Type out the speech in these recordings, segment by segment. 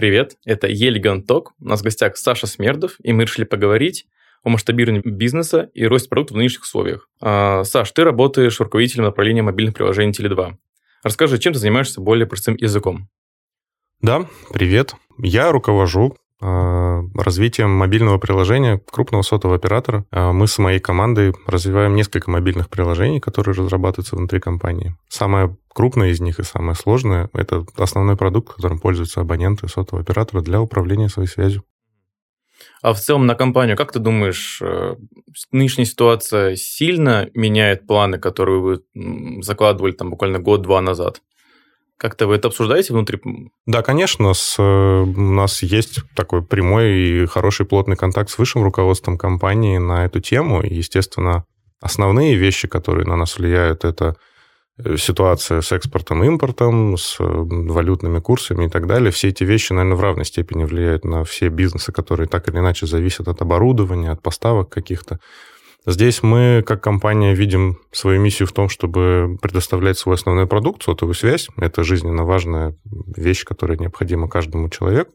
привет, это Елиган Ток. У нас в гостях Саша Смердов, и мы решили поговорить о масштабировании бизнеса и росте продукта в нынешних условиях. Саш, ты работаешь руководителем направления мобильных приложений Теле2. Расскажи, чем ты занимаешься более простым языком? Да, привет. Я руковожу развитием мобильного приложения крупного сотового оператора. Мы с моей командой развиваем несколько мобильных приложений, которые разрабатываются внутри компании. Самое крупное из них и самое сложное – это основной продукт, которым пользуются абоненты сотового оператора для управления своей связью. А в целом на компанию, как ты думаешь, нынешняя ситуация сильно меняет планы, которые вы закладывали там буквально год-два назад? Как-то вы это обсуждаете внутри? Да, конечно. У нас есть такой прямой и хороший плотный контакт с высшим руководством компании на эту тему. И, естественно, основные вещи, которые на нас влияют, это ситуация с экспортом и импортом, с валютными курсами и так далее. Все эти вещи, наверное, в равной степени влияют на все бизнесы, которые так или иначе зависят от оборудования, от поставок каких-то. Здесь мы, как компания, видим свою миссию в том, чтобы предоставлять свой основной продукт, сотовую связь. Это жизненно важная вещь, которая необходима каждому человеку.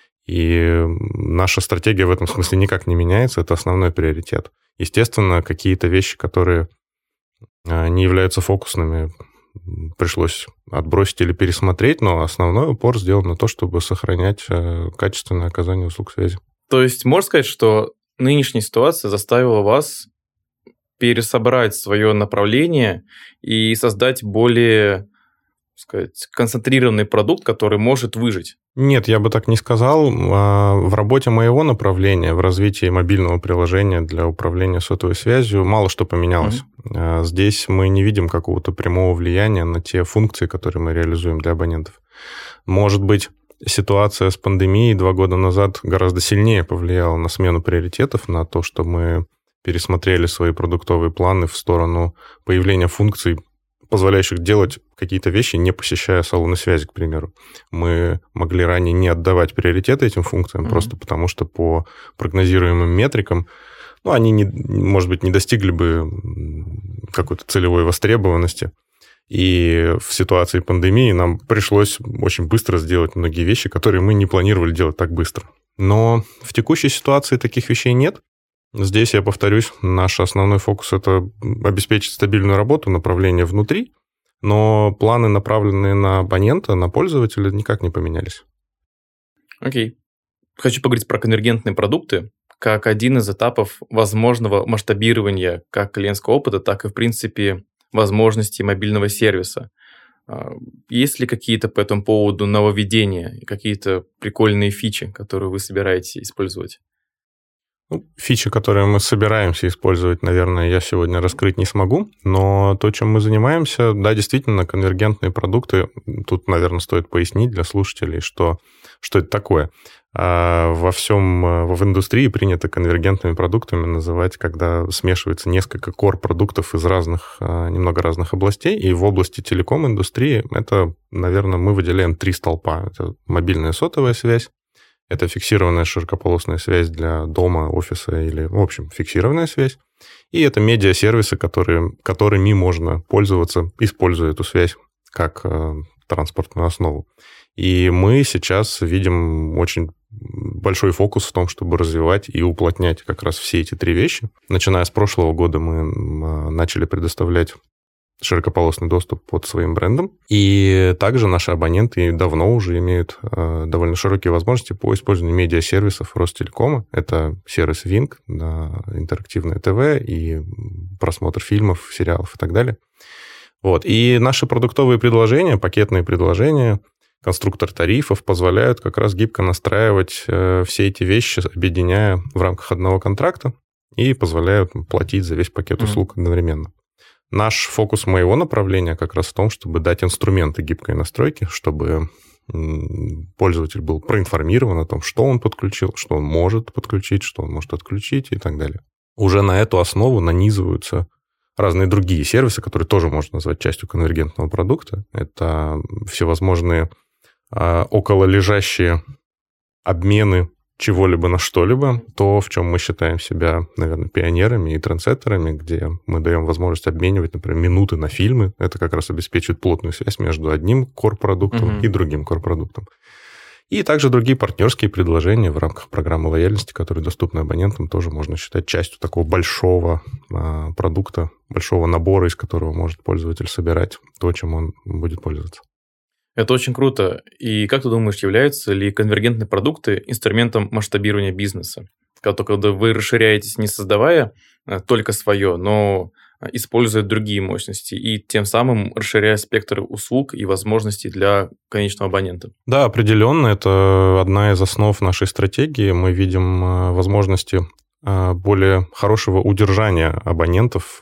И наша стратегия в этом смысле никак не меняется. Это основной приоритет. Естественно, какие-то вещи, которые не являются фокусными, пришлось отбросить или пересмотреть, но основной упор сделан на то, чтобы сохранять качественное оказание услуг связи. То есть можно сказать, что нынешняя ситуация заставила вас пересобрать свое направление и создать более, так сказать, концентрированный продукт, который может выжить? Нет, я бы так не сказал. В работе моего направления, в развитии мобильного приложения для управления сотовой связью мало что поменялось. Здесь мы не видим какого-то прямого влияния на те функции, которые мы реализуем для абонентов. Может быть, ситуация с пандемией 2 года назад гораздо сильнее повлияла на смену приоритетов, на то, что мы пересмотрели свои продуктовые планы в сторону появления функций, позволяющих делать какие-то вещи, не посещая салоны связи, к примеру. Мы могли ранее не отдавать приоритеты этим функциям, просто потому что по прогнозируемым метрикам они, может быть, не достигли бы какой-то целевой востребованности. И в ситуации пандемии нам пришлось очень быстро сделать многие вещи, которые мы не планировали делать так быстро. Но в текущей ситуации таких вещей нет. Здесь, я повторюсь, наш основной фокус – это обеспечить стабильную работу, направление внутри, но планы, направленные на абонента, на пользователя, никак не поменялись. Окей. Хочу поговорить про конвергентные продукты, как один из этапов возможного масштабирования как клиентского опыта, так и, в принципе, возможностей мобильного сервиса. Есть ли какие-то по этому поводу нововведения, какие-то прикольные фичи, которые вы собираетесь использовать? Фичи, которые мы собираемся использовать, наверное, я сегодня раскрыть не смогу, но то, чем мы занимаемся, да, действительно, конвергентные продукты. Тут, наверное, стоит пояснить для слушателей, что это такое. В индустрии принято конвергентными продуктами называть, когда смешивается несколько core-продуктов из немного разных областей, и в области телеком-индустрии это, наверное, мы выделяем 3 столпа. Это мобильная сотовая связь, это фиксированная широкополосная связь для дома, офиса или, в общем, фиксированная связь, и это медиасервисы, которыми можно пользоваться, используя эту связь как транспортную основу. И мы сейчас видим очень большой фокус в том, чтобы развивать и уплотнять как раз все эти 3 вещи. Начиная с прошлого года мы начали предоставлять широкополосный доступ под своим брендом. И также наши абоненты давно уже имеют довольно широкие возможности по использованию медиасервисов Ростелекома. Это сервис Wink, интерактивное ТВ и просмотр фильмов, сериалов и так далее. И наши продуктовые предложения, пакетные предложения, конструктор тарифов позволяют как раз гибко настраивать все эти вещи, объединяя в рамках одного контракта и позволяют платить за весь пакет услуг одновременно. Наш фокус моего направления как раз в том, чтобы дать инструменты гибкой настройки, чтобы пользователь был проинформирован о том, что он подключил, что он может подключить, что он может отключить и так далее. Уже на эту основу нанизываются разные другие сервисы, которые тоже можно назвать частью конвергентного продукта. Это всевозможные окололежащие обмены чего-либо на что-либо, то, в чем мы считаем себя, наверное, пионерами и трендсеттерами, где мы даем возможность обменивать, например, минуты на фильмы. Это как раз обеспечивает плотную связь между одним core-продуктом и другим core-продуктом. И также другие партнерские предложения в рамках программы лояльности, которые доступны абонентам, тоже можно считать частью такого большого продукта, большого набора, из которого может пользователь собирать то, чем он будет пользоваться. Это очень круто. И как ты думаешь, являются ли конвергентные продукты инструментом масштабирования бизнеса? Когда вы расширяетесь, не создавая только свое, но используя другие мощности и тем самым расширяя спектр услуг и возможностей для конечного абонента. Да, определенно, это одна из основ нашей стратегии. Мы видим возможности более хорошего удержания абонентов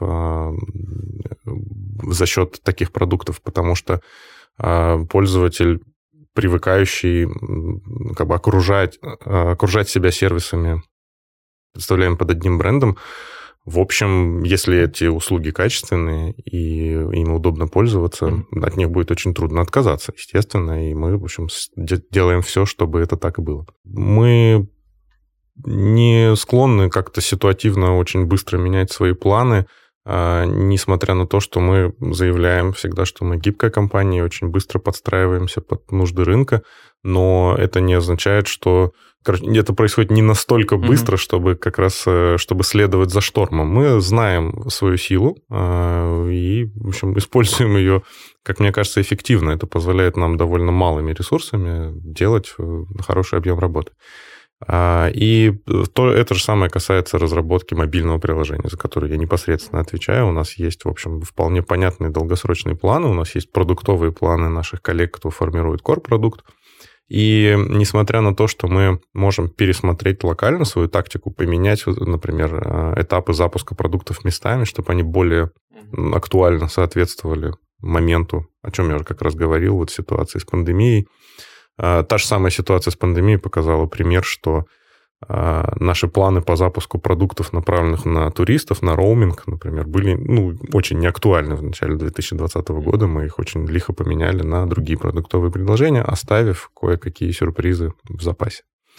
за счет таких продуктов, потому что пользователь, привыкающий окружать себя сервисами, представляем под одним брендом, в общем, если эти услуги качественные и им удобно пользоваться, от них будет очень трудно отказаться, естественно, и мы, в общем, делаем все, чтобы это так и было. Мы не склонны как-то ситуативно очень быстро менять свои планы, несмотря на то, что мы заявляем всегда, что мы гибкая компания и очень быстро подстраиваемся под нужды рынка, но это не означает, что это происходит не настолько быстро, чтобы как раз чтобы следовать за штормом. Мы знаем свою силу и, в общем, используем ее, как мне кажется, эффективно. Это позволяет нам довольно малыми ресурсами делать хороший объем работы. И это же самое касается разработки мобильного приложения, за которое я непосредственно отвечаю. У нас есть, в общем, вполне понятные долгосрочные планы, у нас есть продуктовые планы наших коллег, кто формирует core-продукт. И несмотря на то, что мы можем пересмотреть локально свою тактику, поменять, например, этапы запуска продуктов местами, чтобы они более актуально соответствовали моменту, о чем я уже как раз говорил, вот ситуации с пандемией. Та же самая ситуация с пандемией показала пример, что наши планы по запуску продуктов, направленных на туристов, на роуминг, например, были очень неактуальны в начале 2020 года. Мы их очень лихо поменяли на другие продуктовые предложения, оставив кое-какие сюрпризы в запасе.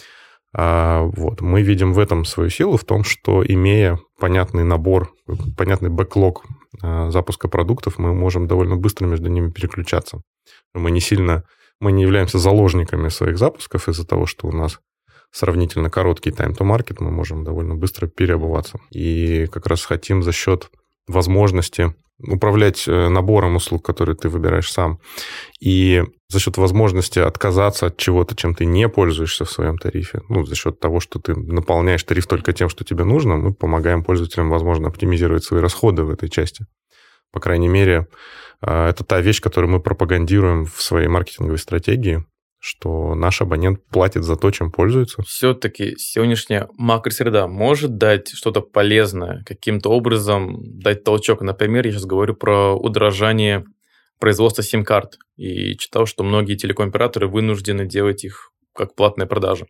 Мы видим в этом свою силу, в том, что, имея понятный набор, понятный бэклог запуска продуктов, мы можем довольно быстро между ними переключаться. Мы не являемся заложниками своих запусков из-за того, что у нас сравнительно короткий time to market, мы можем довольно быстро переобуваться. И как раз хотим за счет возможности управлять набором услуг, которые ты выбираешь сам, и за счет возможности отказаться от чего-то, чем ты не пользуешься в своем тарифе, за счет того, что ты наполняешь тариф только тем, что тебе нужно, мы помогаем пользователям, возможно, оптимизировать свои расходы в этой части. По крайней мере, это та вещь, которую мы пропагандируем в своей маркетинговой стратегии, что наш абонент платит за то, чем пользуется. Все-таки сегодняшняя макросреда может дать что-то полезное, каким-то образом дать толчок. Например, я сейчас говорю про удорожание производства сим-карт. И читал, что многие телеком-операторы вынуждены делать их как платная продажа.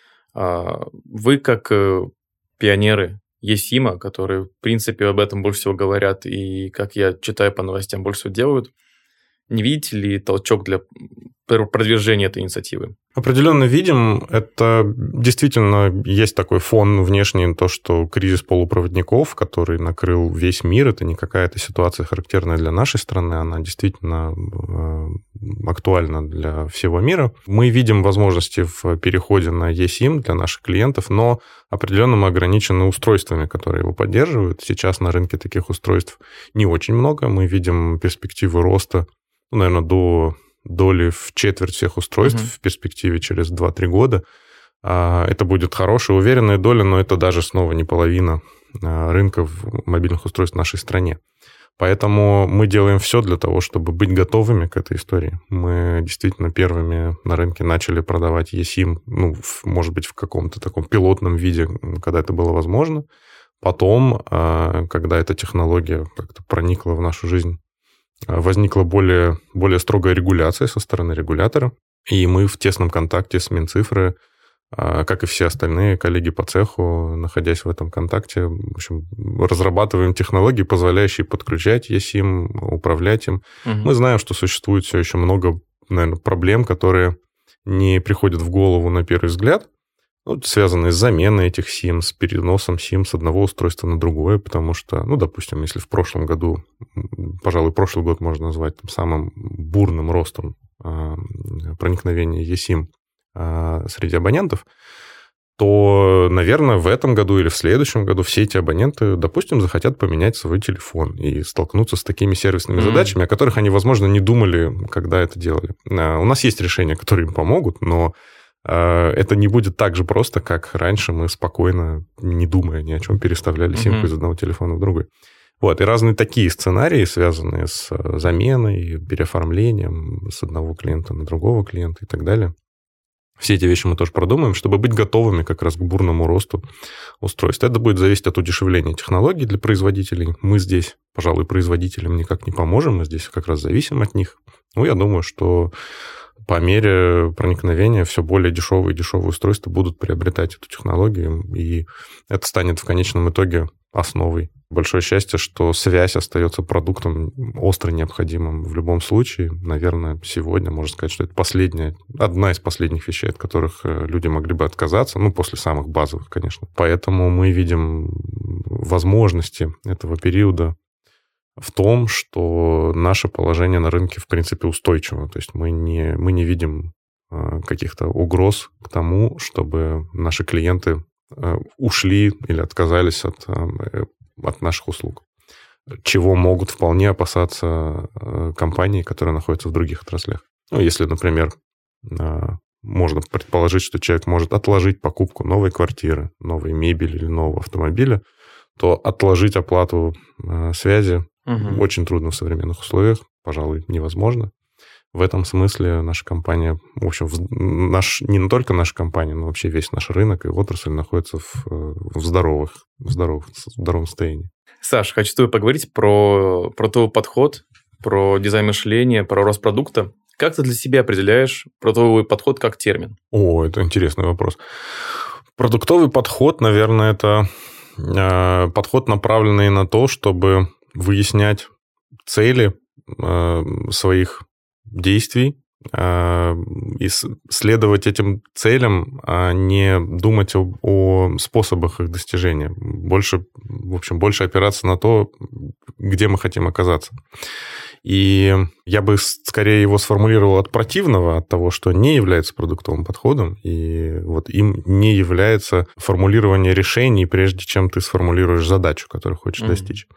Вы, как пионеры eSIM, которые, в принципе, об этом больше всего говорят и, как я читаю по новостям, больше всего делают, не видите ли толчок для продвижения этой инициативы? Определенно видим. Это действительно есть такой фон внешний, то, что кризис полупроводников, который накрыл весь мир, это не какая-то ситуация характерная для нашей страны, она действительно актуальна для всего мира. Мы видим возможности в переходе на eSIM для наших клиентов, но определенно мы ограничены устройствами, которые его поддерживают. Сейчас на рынке таких устройств не очень много. Мы видим перспективы роста, наверное, до доли в четверть всех устройств в перспективе через 2-3 года. Это будет хорошая, уверенная доля, но это даже снова не половина рынка мобильных устройств в нашей стране. Поэтому мы делаем все для того, чтобы быть готовыми к этой истории. Мы действительно первыми на рынке начали продавать eSIM, может быть, в каком-то таком пилотном виде, когда это было возможно. Потом, когда эта технология как-то проникла в нашу жизнь, возникла более строгая регуляция со стороны регулятора, и мы в тесном контакте с Минцифры, как и все остальные коллеги по цеху, находясь в этом контакте, в общем, разрабатываем технологии, позволяющие подключать eSIM, управлять им. Мы знаем, что существует все еще много, наверное, проблем, которые не приходят в голову на первый взгляд, связанные с заменой этих SIM, с переносом SIM с одного устройства на другое, потому что, допустим, если в прошлом году, пожалуй, прошлый год можно назвать самым бурным ростом проникновения eSIM среди абонентов, то, наверное, в этом году или в следующем году все эти абоненты, допустим, захотят поменять свой телефон и столкнуться с такими сервисными задачами, о которых они, возможно, не думали, когда это делали. У нас есть решения, которые им помогут, но это не будет так же просто, как раньше мы спокойно, не думая ни о чем, переставляли симку из одного телефона в другой. Вот, и разные такие сценарии, связанные с заменой, переоформлением с одного клиента на другого клиента и так далее. Все эти вещи мы тоже продумаем, чтобы быть готовыми как раз к бурному росту устройств. Это будет зависеть от удешевления технологий для производителей. Мы здесь, пожалуй, производителям никак не поможем, мы здесь как раз зависим от них. Ну, я думаю, что по мере проникновения все более дешевые и дешевые устройства будут приобретать эту технологию, и это станет в конечном итоге основой. Большое счастье, что связь остается продуктом остро необходимым в любом случае. Наверное, сегодня можно сказать, что это одна из последних вещей, от которых люди могли бы отказаться, ну, после самых базовых, конечно. Поэтому мы видим возможности этого периода в том, что наше положение на рынке, в принципе, устойчиво. То есть мы не видим каких-то угроз к тому, чтобы наши клиенты ушли или отказались от наших услуг, чего могут вполне опасаться компании, которые находятся в других отраслях. Ну, если, например, можно предположить, что человек может отложить покупку новой квартиры, новой мебели или нового автомобиля, то отложить оплату связи очень трудно в современных условиях, пожалуй, невозможно. В этом смысле наша компания, в общем, не только наша компания, но вообще весь наш рынок и отрасль находится в здоровом состоянии. Саш, хочу с тобой поговорить про твой подход, про дизайн мышления, про рост продукта. Как ты для себя определяешь продуктовый подход как термин? Это интересный вопрос. Продуктовый подход, наверное, это подход, направленный на то, чтобы выяснять цели своих действий и следовать этим целям, а не думать о способах их достижения. Больше опираться на то, где мы хотим оказаться. И я бы скорее его сформулировал от противного, от того, что не является продуктовым подходом, и вот им не является формулирование решений, прежде чем ты сформулируешь задачу, которую хочешь достичь.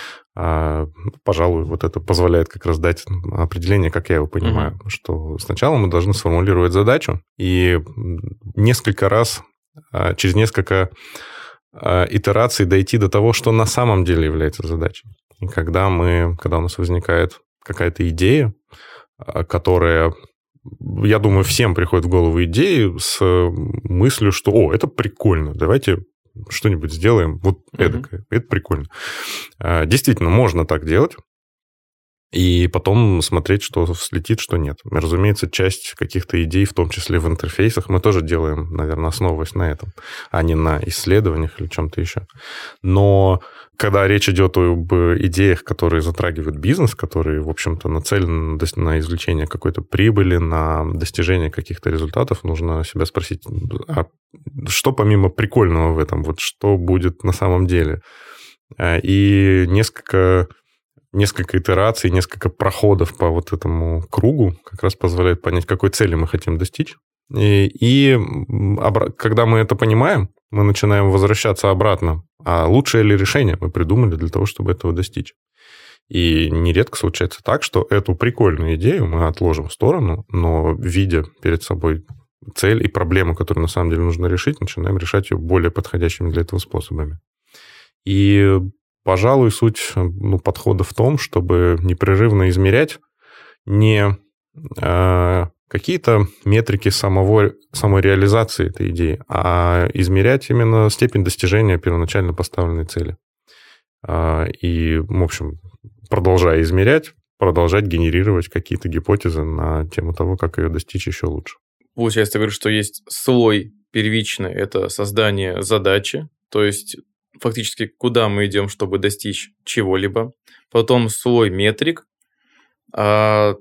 Пожалуй, вот это позволяет как раз дать определение, как я его понимаю, что сначала мы должны сформулировать задачу и через несколько итераций дойти до того, что на самом деле является задачей. И когда у нас возникает какая-то идея, которая, я думаю, всем приходит в голову идеи с мыслью, что это прикольно, давайте что-нибудь сделаем вот эдакое. Это прикольно. Действительно, можно так делать. И потом смотреть, что взлетит, что нет. Разумеется, часть каких-то идей, в том числе в интерфейсах, мы тоже делаем, наверное, основываясь на этом, а не на исследованиях или чем-то еще. Но когда речь идет об идеях, которые затрагивают бизнес, которые, в общем-то, нацелены на извлечение какой-то прибыли, на достижение каких-то результатов, нужно себя спросить, а что помимо прикольного в этом, вот что будет на самом деле? И несколько итераций, несколько проходов по вот этому кругу как раз позволяет понять, какой цели мы хотим достичь. И когда мы это понимаем, мы начинаем возвращаться обратно. А лучшее ли решение мы придумали для того, чтобы этого достичь? И нередко случается так, что эту прикольную идею мы отложим в сторону, но, видя перед собой цель и проблему, которую на самом деле нужно решить, начинаем решать ее более подходящими для этого способами. И, пожалуй, суть подхода в том, чтобы непрерывно измерять не какие-то метрики самой реализации этой идеи, а измерять именно степень достижения первоначально поставленной цели. И, в общем, продолжая измерять, продолжать генерировать какие-то гипотезы на тему того, как ее достичь еще лучше. Получается, ты говоришь, что есть слой первичный, это создание задачи, то есть фактически куда мы идем, чтобы достичь чего-либо. Потом слой метрик, как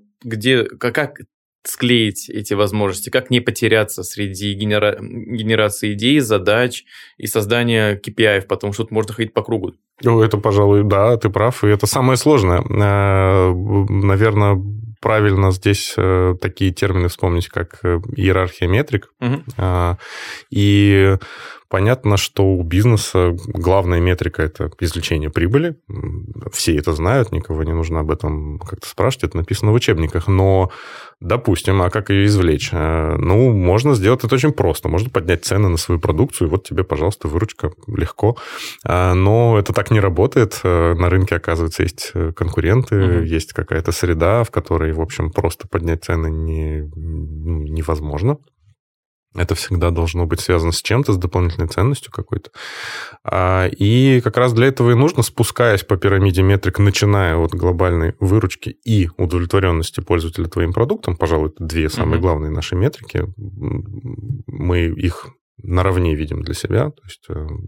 склеить эти возможности, как не потеряться среди генерации идей, задач и создания KPI, потому что тут можно ходить по кругу. Это, пожалуй, да, ты прав, и это самое сложное. Наверное, правильно здесь такие термины вспомнить, как иерархия метрик. И понятно, что у бизнеса главная метрика – это извлечение прибыли. Все это знают, никого не нужно об этом как-то спрашивать, это написано в учебниках. Но, допустим, а как ее извлечь? Ну, можно сделать это очень просто. Можно поднять цены на свою продукцию, и вот тебе, пожалуйста, выручка, легко. Но это так не работает. На рынке, оказывается, есть конкуренты, есть какая-то среда, в которой, в общем, просто поднять цены невозможно. Это всегда должно быть связано с чем-то, с дополнительной ценностью какой-то. И как раз для этого и нужно, спускаясь по пирамиде метрик, начиная от глобальной выручки и удовлетворенности пользователя твоим продуктом, пожалуй, это две самые главные наши метрики, мы их наравне видим для себя, то есть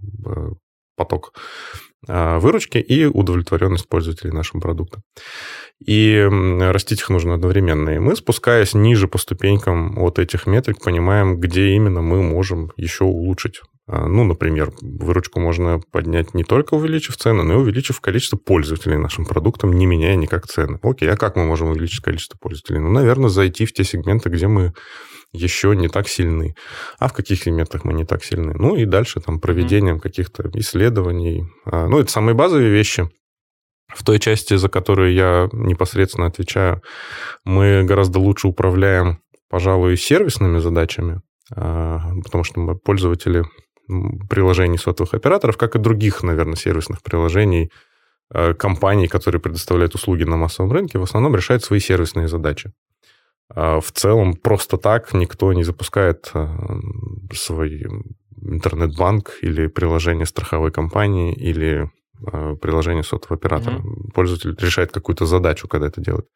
поток выручки и удовлетворенность пользователей нашим продуктом. И растить их нужно одновременно. И мы, спускаясь ниже по ступенькам от этих метрик, понимаем, где именно мы можем еще улучшить. Ну, например, выручку можно поднять не только увеличив цены, но и увеличив количество пользователей нашим продуктом, не меняя никак цены. Окей, а как мы можем увеличить количество пользователей? Ну, наверное, зайти в те сегменты, где мы еще не так сильны. А в каких сегментах мы не так сильны? Ну, и дальше там проведением каких-то исследований. Ну, это самые базовые вещи. В той части, за которую я непосредственно отвечаю, мы гораздо лучше управляем, пожалуй, сервисными задачами, потому что мы пользователи приложений сотовых операторов, как и других, наверное, сервисных приложений, компаний, которые предоставляют услуги на массовом рынке, в основном решают свои сервисные задачи. В целом, просто так никто не запускает свой интернет-банк или приложение страховой компании или приложение сотового оператора. Пользователь решает какую-то задачу, когда это делает.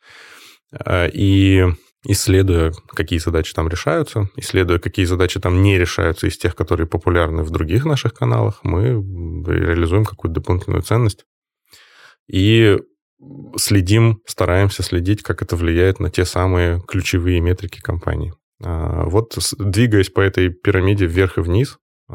И исследуя, какие задачи там решаются, исследуя, какие задачи там не решаются из тех, которые популярны в других наших каналах, мы реализуем какую-то дополнительную ценность и стараемся следить, как это влияет на те самые ключевые метрики компании. Вот, двигаясь по этой пирамиде вверх и вниз,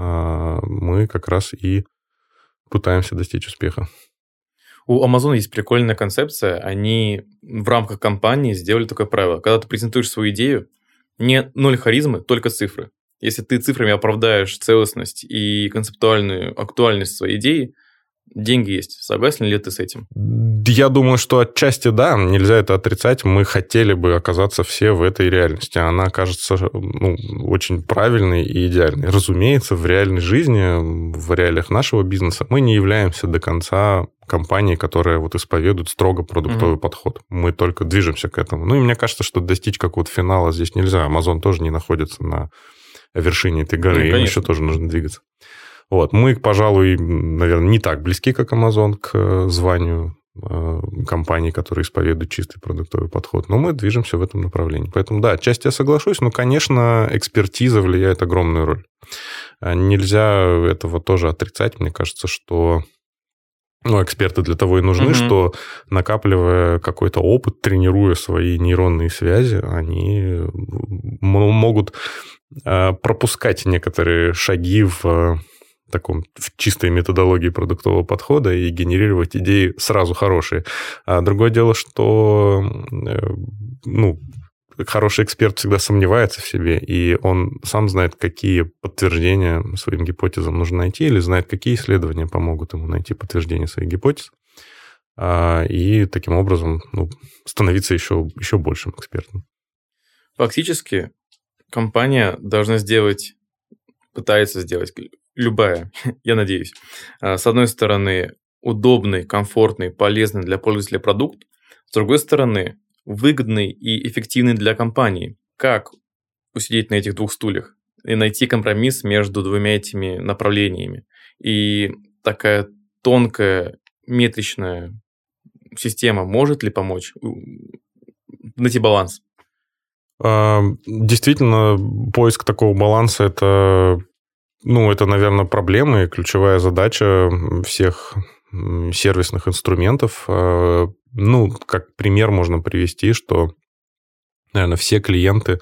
мы как раз и пытаемся достичь успеха. У Amazon есть прикольная концепция. Они в рамках компании сделали такое правило. Когда ты презентуешь свою идею, не ноль харизмы, только цифры. Если ты цифрами оправдаешь целостность и концептуальную актуальность своей идеи, деньги есть. Согласен ли ты с этим? Я думаю, что отчасти да, нельзя это отрицать. Мы хотели бы оказаться все в этой реальности. Она кажется очень правильной и идеальной. Разумеется, в реальной жизни, в реалиях нашего бизнеса мы не являемся до конца компанией, которая исповедует строго продуктовый подход. Мы только движемся к этому. Ну и мне кажется, что достичь какого-то финала здесь нельзя. Amazon тоже не находится на вершине этой горы. Им еще тоже нужно двигаться. Вот. Мы, пожалуй, наверное, не так близки, как Amazon, к званию компаний, которые исповедуют чистый продуктовый подход, но мы движемся в этом направлении. Поэтому, да, отчасти я соглашусь, но, конечно, экспертиза влияет огромную роль. Нельзя этого тоже отрицать. Мне кажется, что эксперты для того и нужны, что, накапливая какой-то опыт, тренируя свои нейронные связи, они могут пропускать некоторые шаги в чистой методологии продуктового подхода и генерировать идеи сразу хорошие. А другое дело, что хороший эксперт всегда сомневается в себе, и он сам знает, какие подтверждения своим гипотезам нужно найти, или знает, какие исследования помогут ему найти подтверждение своих гипотез, и таким образом становиться еще большим экспертом. Фактически, компания пытается сделать любая, я надеюсь, с одной стороны, удобный, комфортный, полезный для пользователя продукт, с другой стороны, выгодный и эффективный для компании. Как усидеть на этих двух стульях и найти компромисс между двумя этими направлениями? И такая тонкая, метричная система может ли помочь найти баланс? Действительно, поиск такого баланса – это, наверное, проблема и ключевая задача всех сервисных инструментов. Как пример можно привести, что, наверное, все клиенты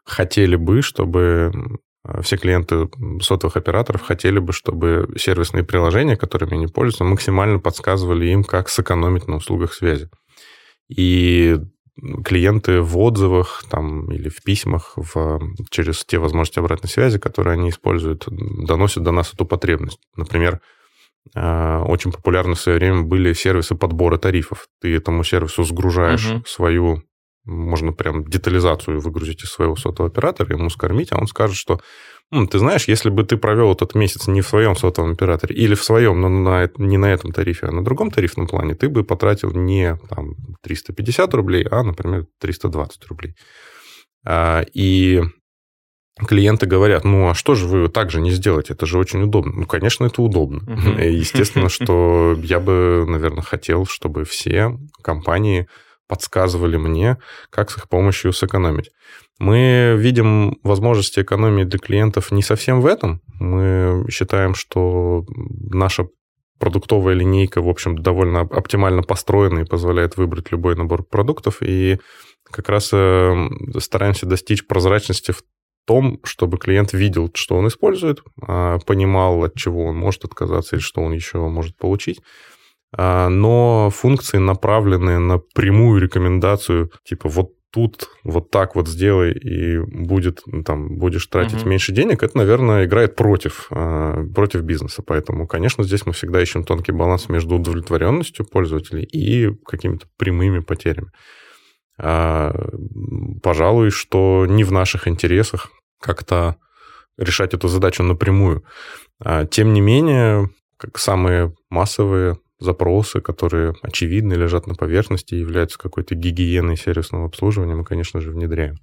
сотовых операторов хотели бы, чтобы сервисные приложения, которыми они пользуются, максимально подсказывали им, как сэкономить на услугах связи. И клиенты в отзывах там, или в письмах через те возможности обратной связи, которые они используют, доносят до нас эту потребность. Например, очень популярны в свое время были сервисы подбора тарифов. Ты этому сервису сгружаешь свою, можно прям детализацию выгрузить из своего сотового оператора, ему скормить, а он скажет, что ты знаешь, если бы ты провел этот месяц не в своем сотовом операторе или в своем, но не на этом тарифе, а на другом тарифном плане, ты бы потратил не там, 350 рублей, а, например, 320 рублей. И клиенты говорят, а что же вы так же не сделаете? Это же очень удобно. Конечно, это удобно. Естественно, что я бы, наверное, хотел, чтобы все компании подсказывали мне, как с их помощью сэкономить. Мы видим возможности экономии для клиентов не совсем в этом. Мы считаем, что наша продуктовая линейка, в общем, довольно оптимально построена и позволяет выбрать любой набор продуктов. И как раз стараемся достичь прозрачности в том, чтобы клиент видел, что он использует, понимал, от чего он может отказаться или что он еще может получить. Но функции направлены на прямую рекомендацию, типа вот тут вот так вот сделай, и будешь тратить меньше денег, это, наверное, играет против бизнеса. Поэтому, конечно, здесь мы всегда ищем тонкий баланс между удовлетворенностью пользователей и какими-то прямыми потерями. Пожалуй, что не в наших интересах как-то решать эту задачу напрямую. Тем не менее, как самые массовые запросы, которые очевидно лежат на поверхности и являются какой-то гигиеной сервисного обслуживания, мы, конечно же, внедряем.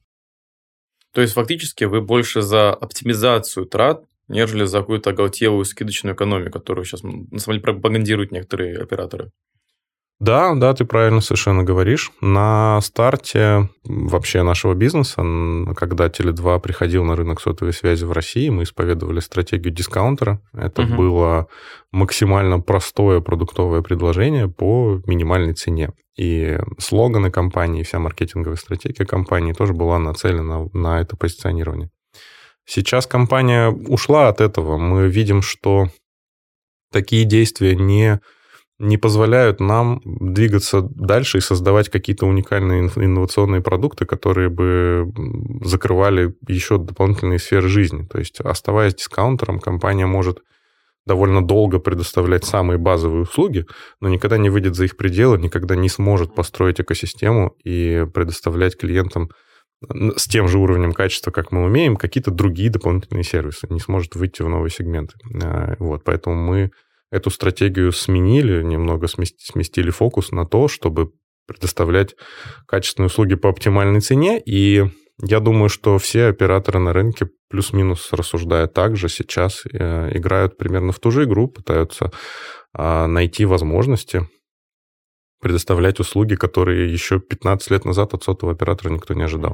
То есть, фактически, вы больше за оптимизацию трат, нежели за какую-то оголтелую скидочную экономию, которую сейчас, на самом деле, пропагандируют некоторые операторы. Да, ты правильно совершенно говоришь. На старте вообще нашего бизнеса, когда Теле2 приходил на рынок сотовой связи в России, мы исповедовали стратегию дискаунтера. Это было максимально простое продуктовое предложение по минимальной цене. И слоганы компании, вся маркетинговая стратегия компании тоже была нацелена на это позиционирование. Сейчас компания ушла от этого. Мы видим, что такие действия не позволяют нам двигаться дальше и создавать какие-то уникальные инновационные продукты, которые бы закрывали еще дополнительные сферы жизни. То есть, оставаясь дискаунтером, компания может довольно долго предоставлять самые базовые услуги, но никогда не выйдет за их пределы, никогда не сможет построить экосистему и предоставлять клиентам с тем же уровнем качества, как мы умеем, какие-то другие дополнительные сервисы, не сможет выйти в новые сегменты. Поэтому мы эту стратегию сменили, немного сместили фокус на то, чтобы предоставлять качественные услуги по оптимальной цене. И я думаю, что все операторы на рынке, плюс-минус рассуждая так же, сейчас играют примерно в ту же игру, пытаются найти возможности предоставлять услуги, которые еще 15 лет назад от сотового оператора никто не ожидал.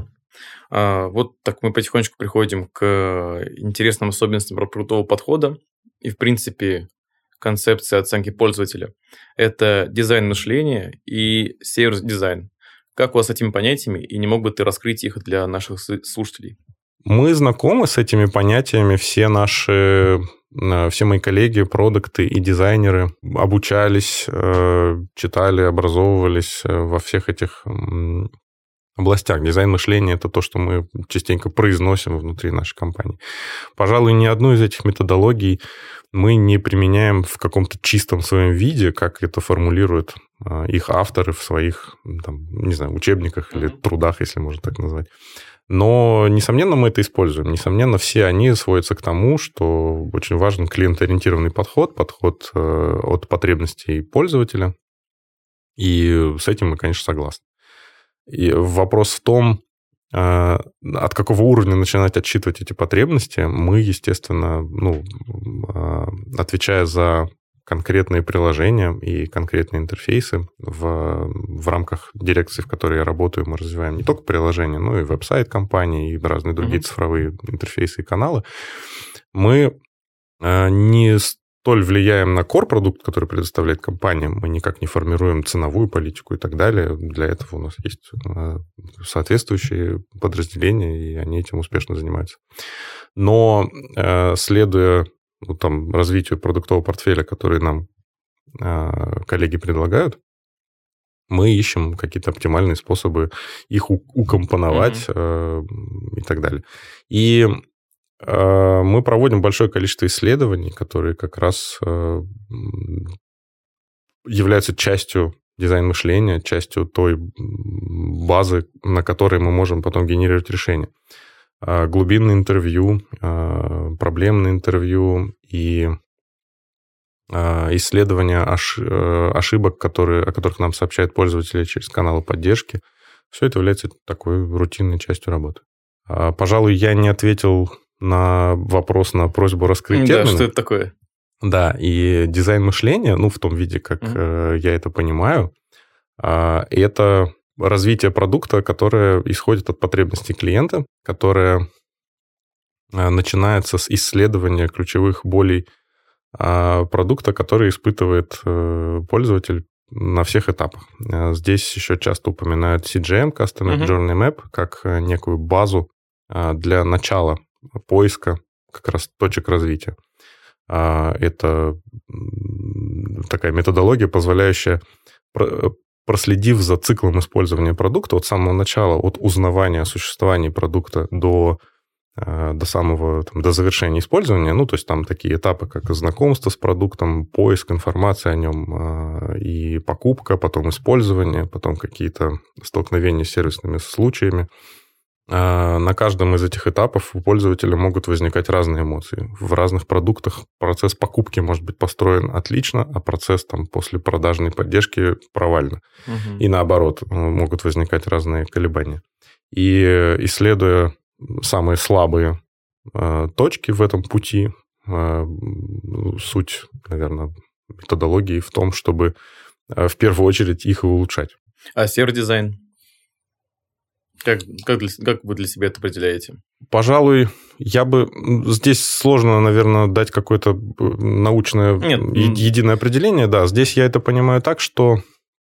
Вот так мы потихонечку приходим к интересным особенностям крутого подхода. И, в принципе, концепция оценки пользователя. Это дизайн мышления и сервис-дизайн. Как у вас с этими понятиями, и не мог бы ты раскрыть их для наших слушателей? Мы знакомы с этими понятиями, все мои коллеги, продукты и дизайнеры обучались, читали, образовывались во всех этих областях. Дизайн мышления – это то, что мы частенько произносим внутри нашей компании. Пожалуй, ни одну из этих методологий мы не применяем в каком-то чистом своем виде, как это формулируют их авторы в своих, учебниках или трудах, если можно так назвать. Но, несомненно, мы это используем. Несомненно, все они сводятся к тому, что очень важен клиентоориентированный подход от потребностей пользователя. И с этим мы, конечно, согласны. И вопрос в том, от какого уровня начинать отсчитывать эти потребности. Мы, естественно, отвечая за конкретные приложения и конкретные интерфейсы в рамках дирекции, в которой я работаю, мы развиваем не только приложения, но и веб-сайт компании, и разные другие цифровые интерфейсы и каналы. Мы не столь влияем на core-продукт, который предоставляет компания, мы никак не формируем ценовую политику и так далее. Для этого у нас есть соответствующие подразделения, и они этим успешно занимаются. Но следуя развитию продуктового портфеля, который нам коллеги предлагают, мы ищем какие-то оптимальные способы их укомпоновать и так далее. И мы проводим большое количество исследований, которые как раз являются частью дизайн-мышления, частью той базы, на которой мы можем потом генерировать решения. Глубинные интервью, проблемные интервью и исследования ошибок, о которых нам сообщают пользователи через каналы поддержки. Все это является такой рутинной частью работы. Пожалуй, я не ответил на вопрос, на просьбу раскрыть термины. Да, что это такое? Да, и дизайн мышления, в том виде, как я это понимаю, это развитие продукта, которое исходит от потребностей клиента, которое начинается с исследования ключевых болей продукта, который испытывает пользователь на всех этапах. Здесь еще часто упоминают CGM, Customer Journey Map, как некую базу для начала поиска как раз точек развития. Это такая методология, позволяющая, проследив за циклом использования продукта от самого начала, от узнавания о существовании продукта до завершения использования, то есть там такие этапы, как знакомство с продуктом, поиск информации о нем и покупка, потом использование, потом какие-то столкновения с сервисными случаями. На каждом из этих этапов у пользователя могут возникать разные эмоции. В разных продуктах процесс покупки может быть построен отлично, а процесс после продажной поддержки провально. И наоборот, могут возникать разные колебания. И исследуя самые слабые точки в этом пути, суть, наверное, методологии в том, чтобы в первую очередь их и улучшать. А сервер-дизайн? Как вы для себя это определяете? Пожалуй, здесь сложно, наверное, дать какое-то научное единое определение. Да, здесь я это понимаю так, что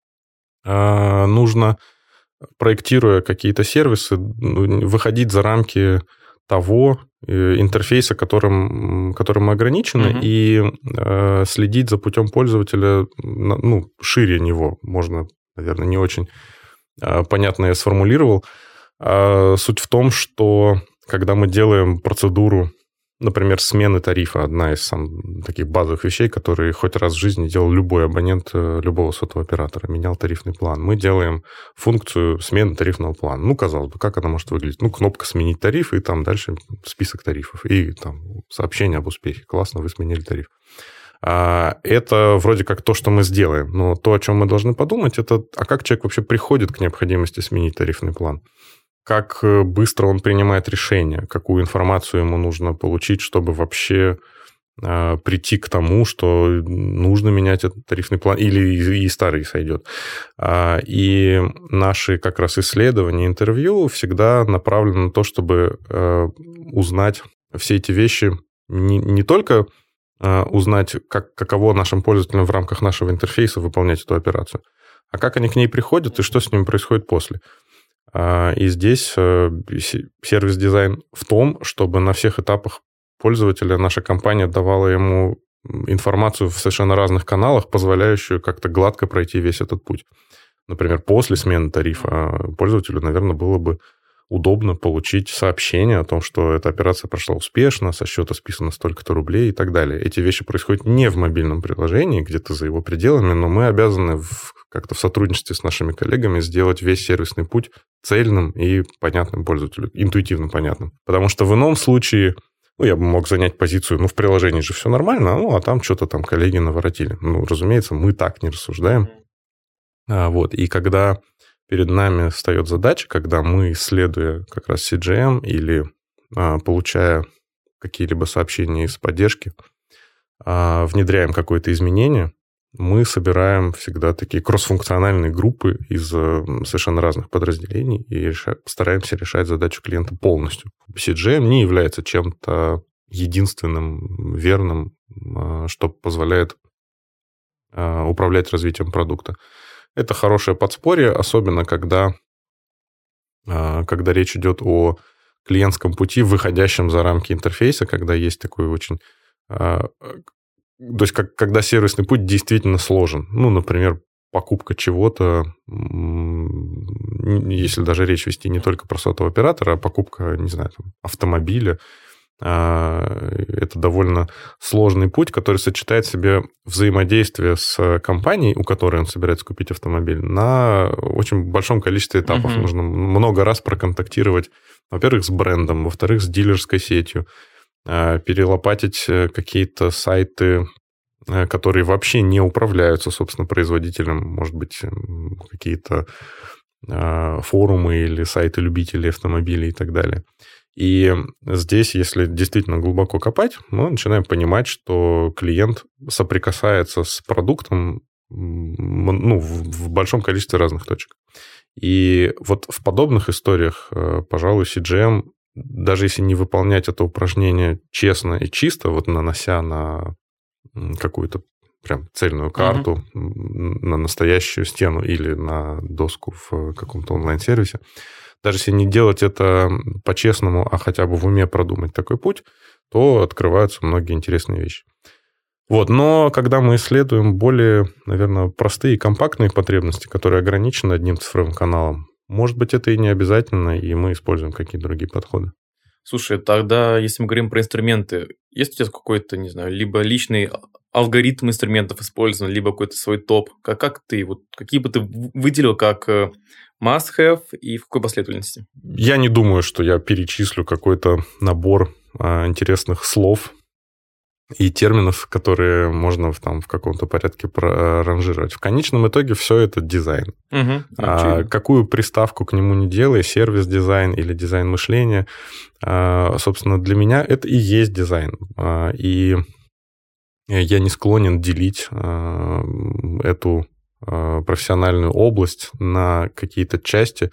нужно, проектируя какие-то сервисы, выходить за рамки того интерфейса, которым мы ограничены, и следить за путем пользователя, шире него. Можно, наверное, не очень понятно я сформулировал. Суть в том, что когда мы делаем процедуру, например, смены тарифа, одна из таких базовых вещей, которые хоть раз в жизни делал любой абонент любого сотового оператора, менял тарифный план. Мы делаем функцию смены тарифного плана. Казалось бы, как она может выглядеть? Кнопка «Сменить тариф», и там дальше список тарифов, и там сообщение об успехе. Классно, вы сменили тариф. Это вроде как то, что мы сделаем. Но то, о чем мы должны подумать, это как человек вообще приходит к необходимости сменить тарифный план? Как быстро он принимает решение? Какую информацию ему нужно получить, чтобы вообще прийти к тому, что нужно менять этот тарифный план, или и старый сойдет? И наши как раз исследования, интервью всегда направлены на то, чтобы узнать все эти вещи не только узнать, каково нашим пользователям в рамках нашего интерфейса выполнять эту операцию, а как они к ней приходят и что с ними происходит после. И здесь сервис-дизайн в том, чтобы на всех этапах пользователя наша компания давала ему информацию в совершенно разных каналах, позволяющую как-то гладко пройти весь этот путь. Например, после смены тарифа пользователю, наверное, было бы удобно получить сообщение о том, что эта операция прошла успешно, со счета списано столько-то рублей и так далее. Эти вещи происходят не в мобильном приложении, где-то за его пределами, но мы обязаны как-то в сотрудничестве с нашими коллегами сделать весь сервисный путь цельным и понятным пользователю, интуитивно понятным. Потому что в ином случае, я бы мог занять позицию, в приложении же все нормально, а там что-то коллеги наворотили. Разумеется, мы так не рассуждаем. И когда перед нами встает задача, когда мы, исследуя как раз CGM или получая какие-либо сообщения из поддержки, внедряем какое-то изменение, мы собираем всегда такие кроссфункциональные группы из совершенно разных подразделений и стараемся решать задачу клиента полностью. CGM не является чем-то единственным, верным, что позволяет управлять развитием продукта. Это хорошее подспорье, особенно когда речь идет о клиентском пути, выходящем за рамки интерфейса, когда есть такой очень... То есть, когда сервисный путь действительно сложен. Например, покупка чего-то, если даже речь вести не только про сотового оператора, а покупка, не знаю, там, автомобиля, это довольно сложный путь, который сочетает в себе взаимодействие с компанией, у которой он собирается купить автомобиль, на очень большом количестве этапов. Нужно много раз проконтактировать, во-первых, с брендом, во-вторых, с дилерской сетью, перелопатить какие-то сайты, которые вообще не управляются, собственно, производителем, может быть, какие-то форумы или сайты любителей автомобилей и так далее. И здесь, если действительно глубоко копать, мы начинаем понимать, что клиент соприкасается с продуктом в большом количестве разных точек. И вот в подобных историях, пожалуй, CGM, даже если не выполнять это упражнение честно и чисто, вот нанося на какую-то прям цельную карту, на настоящую стену или на доску в каком-то онлайн-сервисе, даже если не делать это по-честному, а хотя бы в уме продумать такой путь, то открываются многие интересные вещи. Вот. Но когда мы исследуем более, наверное, простые и компактные потребности, которые ограничены одним цифровым каналом, может быть, это и не обязательно, и мы используем какие-то другие подходы. Слушай, тогда, если мы говорим про инструменты, есть у тебя какой-то, не знаю, либо личный алгоритм инструментов использован, либо какой-то свой топ? Как ты, вот какие бы ты выделил как must-have и в какой последовательности? Я не думаю, что я перечислю какой-то набор интересных слов и терминов, которые можно в каком-то порядке проранжировать. В конечном итоге все это дизайн. Какую приставку к нему не делай, сервис-дизайн или дизайн мышления, собственно, для меня это и есть дизайн. И я не склонен делить эту профессиональную область на какие-то части,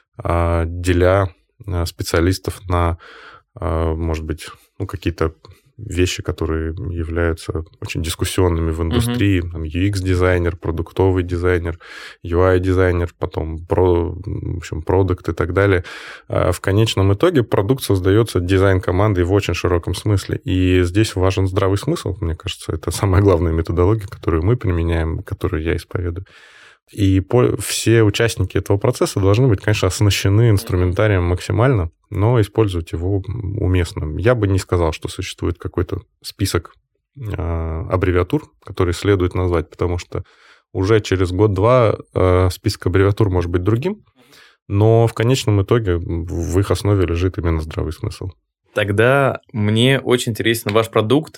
деля специалистов на, может быть, какие-то вещи, которые являются очень дискуссионными в индустрии. Там UX-дизайнер, продуктовый дизайнер, UI-дизайнер, потом продукт и так далее. В конечном итоге продукт создается дизайн-командой в очень широком смысле. И здесь важен здравый смысл, мне кажется. Это самая главная методология, которую мы применяем, которую я исповедую. И все участники этого процесса должны быть, конечно, оснащены инструментарием максимально, но использовать его уместно. Я бы не сказал, что существует какой-то список аббревиатур, который следует назвать, потому что уже через год-два список аббревиатур может быть другим, но в конечном итоге в их основе лежит именно здравый смысл. Тогда мне очень интересен ваш продукт.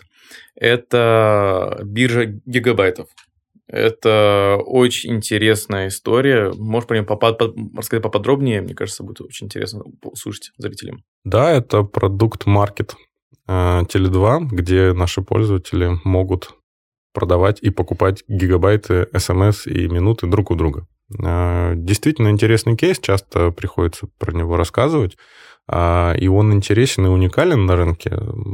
Это биржа гигабайтов. Это очень интересная история. Можешь про нее рассказать поподробнее? Мне кажется, будет очень интересно услышать зрителям. Да, это продукт Market Tele2, где наши пользователи могут продавать и покупать гигабайты СМС и минуты друг у друга. Действительно интересный кейс, часто приходится про него рассказывать, и он интересен и уникален на рынке.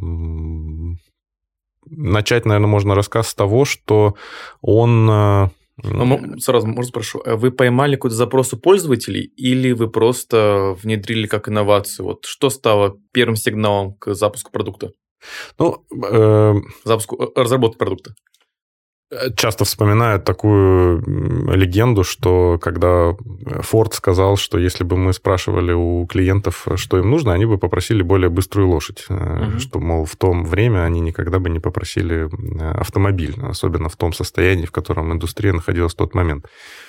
Начать, наверное, можно рассказ с того, что он... Сразу, можно спрошу, вы поймали какой-то запрос у пользователей или вы просто внедрили как инновацию? Вот что стало первым сигналом к запуску продукта? Запуску разработки продукта. Часто вспоминают такую легенду, что когда Ford сказал, что если бы мы спрашивали у клиентов, что им нужно, они бы попросили более быструю лошадь. Что, мол, в то время они никогда бы не попросили автомобиль, особенно в том состоянии, в котором индустрия находилась в тот момент.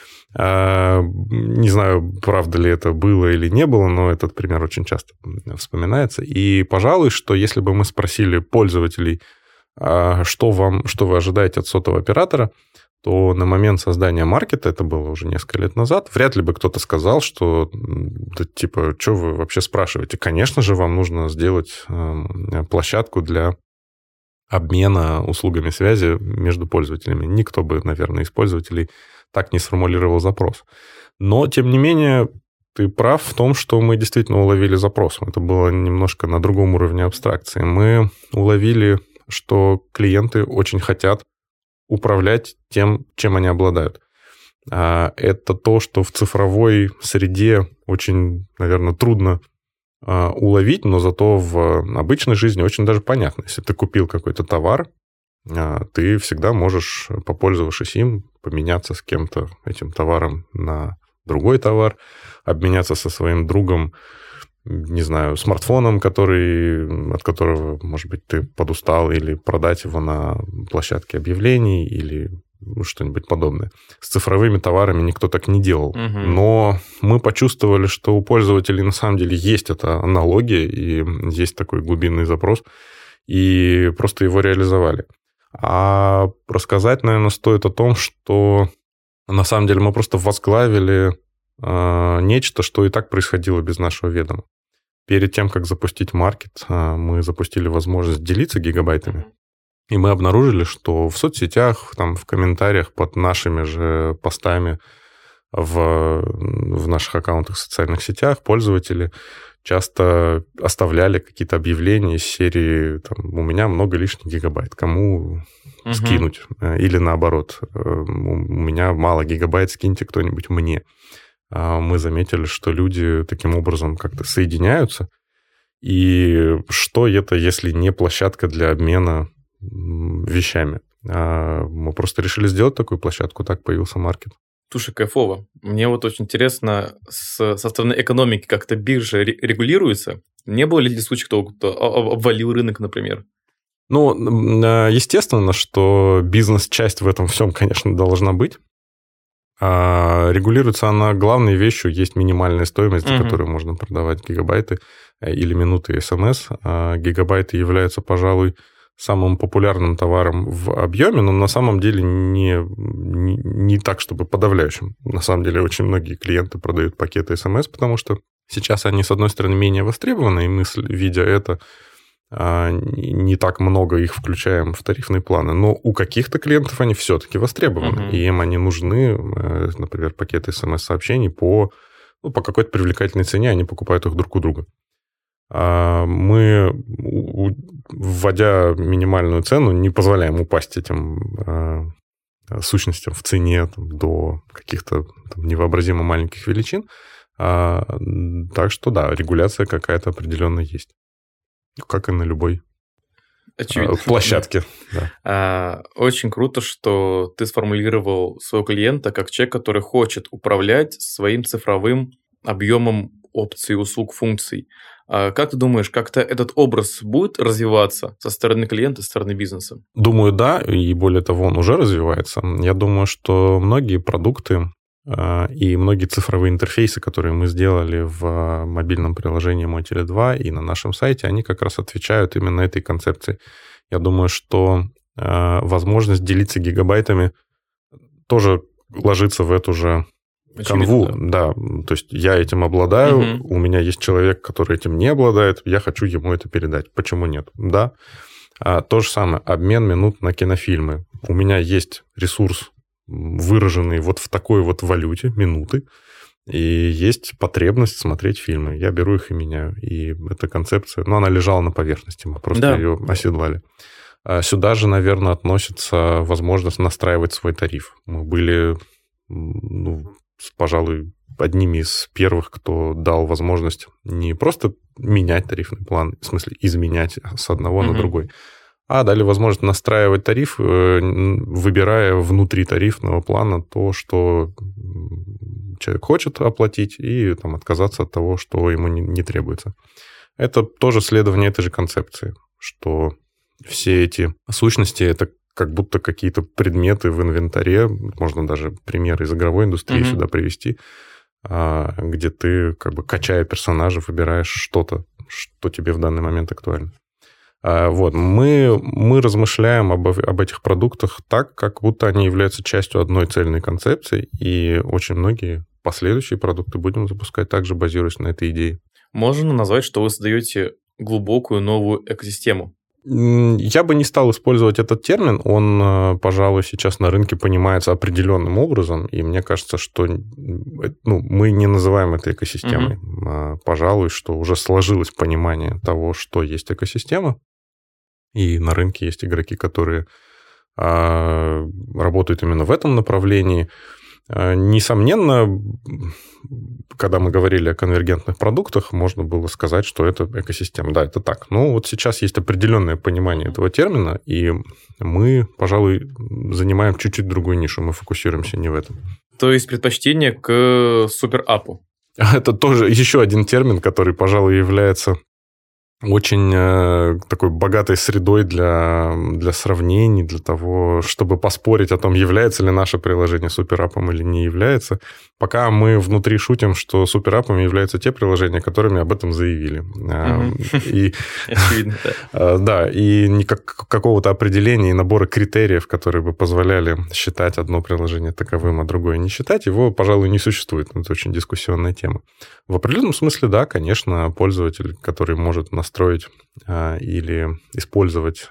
Не знаю, правда ли это было или не было, но этот пример очень часто вспоминается. И, пожалуй, что если бы мы спросили пользователей, что вы ожидаете от сотового оператора, то на момент создания маркета, это было уже несколько лет назад, вряд ли бы кто-то сказал, что, что вы вообще спрашиваете? Конечно же, вам нужно сделать площадку для обмена услугами связи между пользователями. Никто бы, наверное, из пользователей так не сформулировал запрос. Но, тем не менее, ты прав в том, что мы действительно уловили запрос. Это было немножко на другом уровне абстракции. Мы уловили, что клиенты очень хотят управлять тем, чем они обладают. Это то, что в цифровой среде очень, наверное, трудно уловить, но зато в обычной жизни очень даже понятно. Если ты купил какой-то товар, ты всегда можешь, попользовавшись им, поменяться с кем-то этим товаром на другой товар, обменяться со своим другом, не знаю, смартфоном, от которого, может быть, ты подустал, или продать его на площадке объявлений, или что-нибудь подобное. С цифровыми товарами никто так не делал. Но мы почувствовали, что у пользователей на самом деле есть эта аналогия, и есть такой глубинный запрос, и просто его реализовали. А рассказать, наверное, стоит о том, что на самом деле мы просто возглавили нечто, что и так происходило без нашего ведома. Перед тем, как запустить маркет, мы запустили возможность делиться гигабайтами. И мы обнаружили, что в соцсетях, там, в комментариях под нашими же постами в наших аккаунтах в социальных сетях пользователи часто оставляли какие-то объявления из серии там, «У меня много лишних гигабайт, кому скинуть?» Или наоборот, «У меня мало гигабайт, скиньте кто-нибудь мне». Мы заметили, что люди таким образом как-то соединяются. И что это, если не площадка для обмена вещами? Мы просто решили сделать такую площадку, так появился маркет. Слушай, кайфово. Мне вот очень интересно, со стороны экономики как-то биржа регулируется? Не было ли случаев, кто обвалил рынок, например? Ну, естественно, что бизнес-часть в этом всем, конечно, должна быть. Регулируется она главной вещью, есть минимальная стоимость, за которую можно продавать гигабайты или минуты СМС. Гигабайты являются, пожалуй, самым популярным товаром в объеме, но на самом деле не так, чтобы подавляющим. На самом деле очень многие клиенты продают пакеты СМС, потому что сейчас они, с одной стороны, менее востребованы, и мы, видя это, не так много их включаем в тарифные планы. Но у каких-то клиентов они все-таки востребованы, и им они нужны, например, пакеты СМС-сообщений по какой-то привлекательной цене, они покупают их друг у друга. Мы, вводя минимальную цену, не позволяем упасть этим сущностям в цене до каких-то невообразимо маленьких величин. Так что, да, регуляция какая-то определенно есть. Как и на любой площадке. Да. Очень круто, что ты сформулировал своего клиента как человек, который хочет управлять своим цифровым объемом опций, услуг, функций. Как ты думаешь, как-то этот образ будет развиваться со стороны клиента, со стороны бизнеса? Думаю, да, и более того, он уже развивается. Я думаю, что многие продукты и многие цифровые интерфейсы, которые мы сделали в мобильном приложении Мой Теле2 и на нашем сайте, они как раз отвечают именно этой концепции. Я думаю, что возможность делиться гигабайтами тоже ложится в эту же канву. Да, то есть я этим обладаю, у меня есть человек, который этим не обладает, я хочу ему это передать. Почему нет? Да. То же самое, обмен минут на кинофильмы. У меня есть ресурс, выраженный вот в такой вот валюте, минуты, и есть потребность смотреть фильмы. Я беру их и меняю. И эта концепция, она лежала на поверхности, мы просто ее оседлали. Сюда же, наверное, относится возможность настраивать свой тариф. Мы были, пожалуй, одними из первых, кто дал возможность не просто менять тарифный план, в смысле изменять с одного на другой, а дали возможность настраивать тариф, выбирая внутри тарифного плана то, что человек хочет оплатить, и там, отказаться от того, что ему не требуется. Это тоже следование этой же концепции, что все эти сущности – это как будто какие-то предметы в инвентаре, можно даже примеры из игровой индустрии сюда привести, где ты, как бы качая персонажа, выбираешь что-то, что тебе в данный момент актуально. Вот, мы размышляем об этих продуктах так, как будто они являются частью одной цельной концепции, и очень многие последующие продукты будем запускать также, базируясь на этой идее. Можно назвать, что вы создаете глубокую новую экосистему? Я бы не стал использовать этот термин, он, пожалуй, сейчас на рынке понимается определенным образом, и мне кажется, что мы не называем это экосистемой. Пожалуй, что уже сложилось понимание того, что есть экосистема, и на рынке есть игроки, которые работают именно в этом направлении. Несомненно, когда мы говорили о конвергентных продуктах, можно было сказать, что это экосистема. Да, это так. Но вот сейчас есть определенное понимание этого термина, и мы, пожалуй, занимаем чуть-чуть другую нишу, мы фокусируемся не в этом. То есть предпочтение к суперапу. Это тоже еще один термин, который, пожалуй, является очень такой богатой средой для сравнений, для того, чтобы поспорить о том, является ли наше приложение суперапом или не является. Пока мы внутри шутим, что суперапами являются те приложения, которыми об этом заявили. Очевидно, да. Да, и какого-то определения и набора критериев, которые бы позволяли считать одно приложение таковым, а другое не считать, его, пожалуй, не существует. Это очень дискуссионная тема. В определенном смысле, да, конечно, пользователь, который может настроить или использовать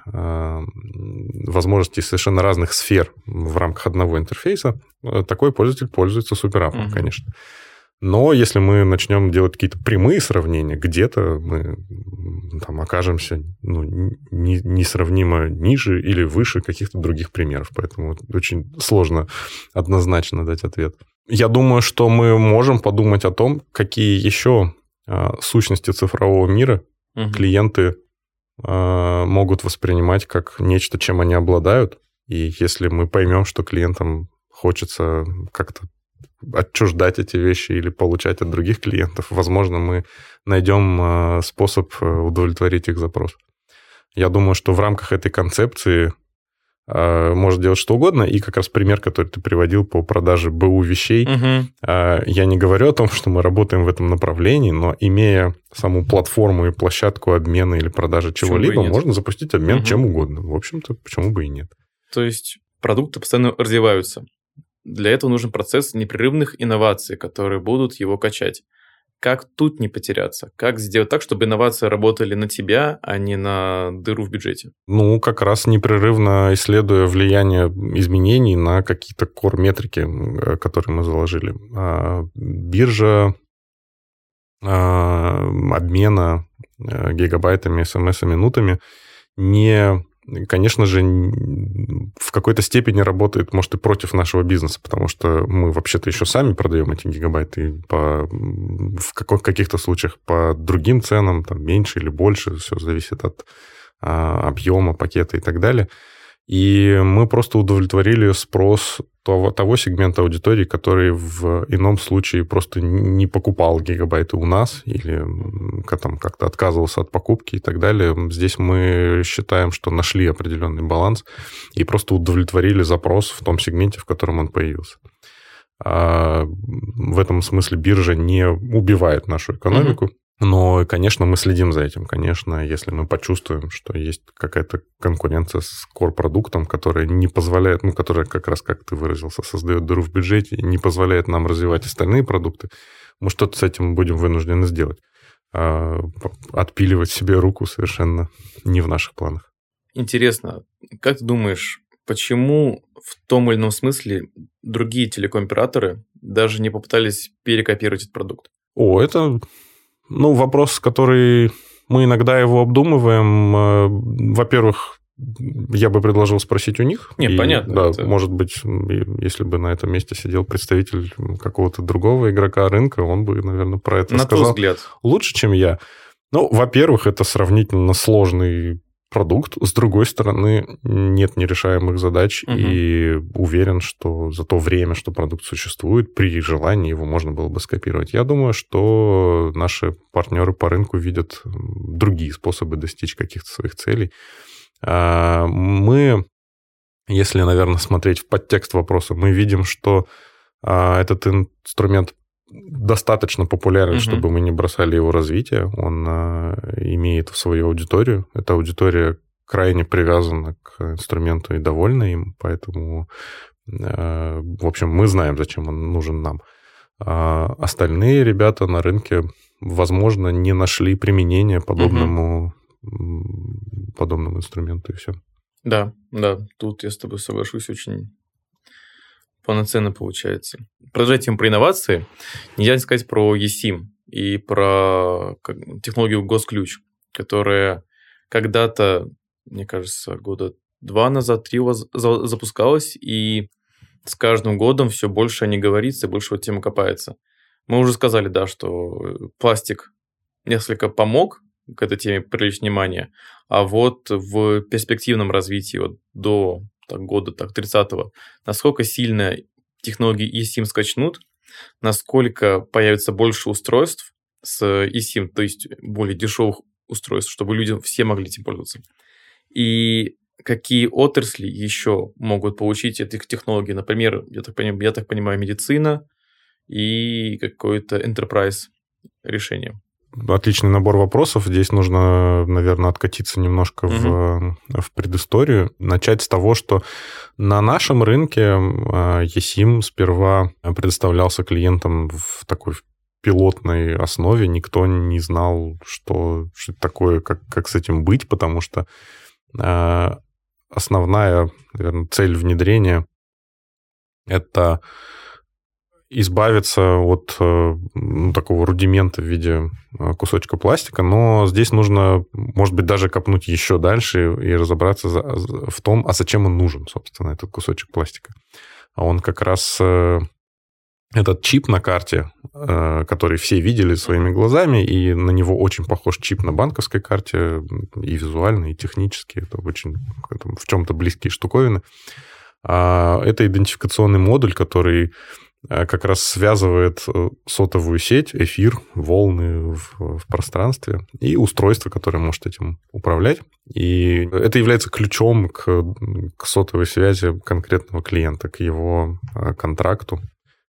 возможности совершенно разных сфер в рамках одного интерфейса, такой пользователь пользуется суперапом, конечно. Но если мы начнем делать какие-то прямые сравнения, где-то мы там окажемся несравнимо ниже или выше каких-то других примеров. Поэтому очень сложно однозначно дать ответ. Я думаю, что мы можем подумать о том, какие еще сущности цифрового мира клиенты могут воспринимать как нечто, чем они обладают. И если мы поймем, что клиентам хочется как-то отчуждать эти вещи или получать от других клиентов, возможно, мы найдем способ удовлетворить их запрос. Я думаю, что в рамках этой концепции может делать что угодно. И как раз пример, который ты приводил по продаже БУ вещей, я не говорю о том, что мы работаем в этом направлении, но имея саму платформу и площадку обмена или продажи чего-либо, можно запустить обмен чем угодно. В общем-то, почему бы и нет. То есть продукты постоянно развиваются. Для этого нужен процесс непрерывных инноваций, которые будут его качать. Как тут не потеряться? Как сделать так, чтобы инновации работали на тебя, а не на дыру в бюджете? Ну, как раз непрерывно исследуя влияние изменений на какие-то core-метрики, которые мы заложили. Биржа обмена гигабайтами, смс и минутами конечно же, в какой-то степени работает, может, и против нашего бизнеса, потому что мы вообще-то еще сами продаем эти гигабайты в каких-то случаях по другим ценам, там меньше или больше, все зависит от объема, пакета и так далее. И мы просто удовлетворили спрос того сегмента аудитории, который в ином случае просто не покупал гигабайты у нас или там как-то отказывался от покупки и так далее. Здесь мы считаем, что нашли определенный баланс и просто удовлетворили запрос в том сегменте, в котором он появился. В этом смысле биржа не убивает нашу экономику. Но, конечно, мы следим за этим. Конечно, если мы почувствуем, что есть какая-то конкуренция с core-продуктом, которая не позволяет, которая как раз, как ты выразился, создает дыру в бюджете и не позволяет нам развивать остальные продукты, мы что-то с этим будем вынуждены сделать. Отпиливать себе руку совершенно не в наших планах. Интересно, как ты думаешь, почему в том или ином смысле другие телеком-операторы даже не попытались перекопировать этот продукт? Это... вопрос, который мы иногда его обдумываем. Во-первых, я бы предложил спросить у них. Нет, понятно. Да, это... может быть, если бы на этом месте сидел представитель какого-то другого игрока рынка, он бы, наверное, про это сказал. На твой взгляд. Лучше, чем я. Во-первых, это сравнительно сложный продукт. С другой стороны, нет нерешаемых задач, и уверен, что за то время, что продукт существует, при желании его можно было бы скопировать. Я думаю, что наши партнеры по рынку видят другие способы достичь каких-то своих целей. Мы, если, наверное, смотреть в подтекст вопроса, мы видим, что этот инструмент достаточно популярен, чтобы мы не бросали его развитие. Он имеет свою аудиторию. Эта аудитория крайне привязана к инструменту и довольна им, поэтому, в общем, мы знаем, зачем он нужен нам. Остальные ребята на рынке, возможно, не нашли применения подобному инструменту, и все. Да, тут я с тобой соглашусь, очень полноценно получается. Продолжать тему про инновации, нельзя не сказать про eSIM и про технологию Госключ, которая когда-то, мне кажется, года 2 назад, 3 запускалась, и с каждым годом все больше о ней говорится, и больше вот тема копается. Мы уже сказали, да, что пластик несколько помог к этой теме привлечь внимание, а вот в перспективном развитии вот до года 30-го, насколько сильно технологии eSIM скачнут, насколько появится больше устройств с eSIM, то есть более дешевых устройств, чтобы люди все могли этим пользоваться. И какие отрасли еще могут получить этих технологий? Например, я так понимаю, медицина и какое-то enterprise решение. Отличный набор вопросов. Здесь нужно, наверное, откатиться немножко в предысторию. Начать с того, что на нашем рынке eSIM сперва предоставлялся клиентам в такой пилотной основе. Никто не знал, что это такое, как с этим быть, потому что основная, наверное, цель внедрения – это избавиться от такого рудимента в виде кусочка пластика, но здесь нужно, может быть, даже копнуть еще дальше и разобраться в том, а зачем он нужен, собственно, этот кусочек пластика. А он как раз этот чип на карте, который все видели своими глазами, и на него очень похож чип на банковской карте, и визуально, и технически, это очень в чем-то близкие штуковины. Это идентификационный модуль, который как раз связывает сотовую сеть, эфир, волны в пространстве и устройство, которое может этим управлять. И это является ключом к сотовой связи конкретного клиента, к его контракту,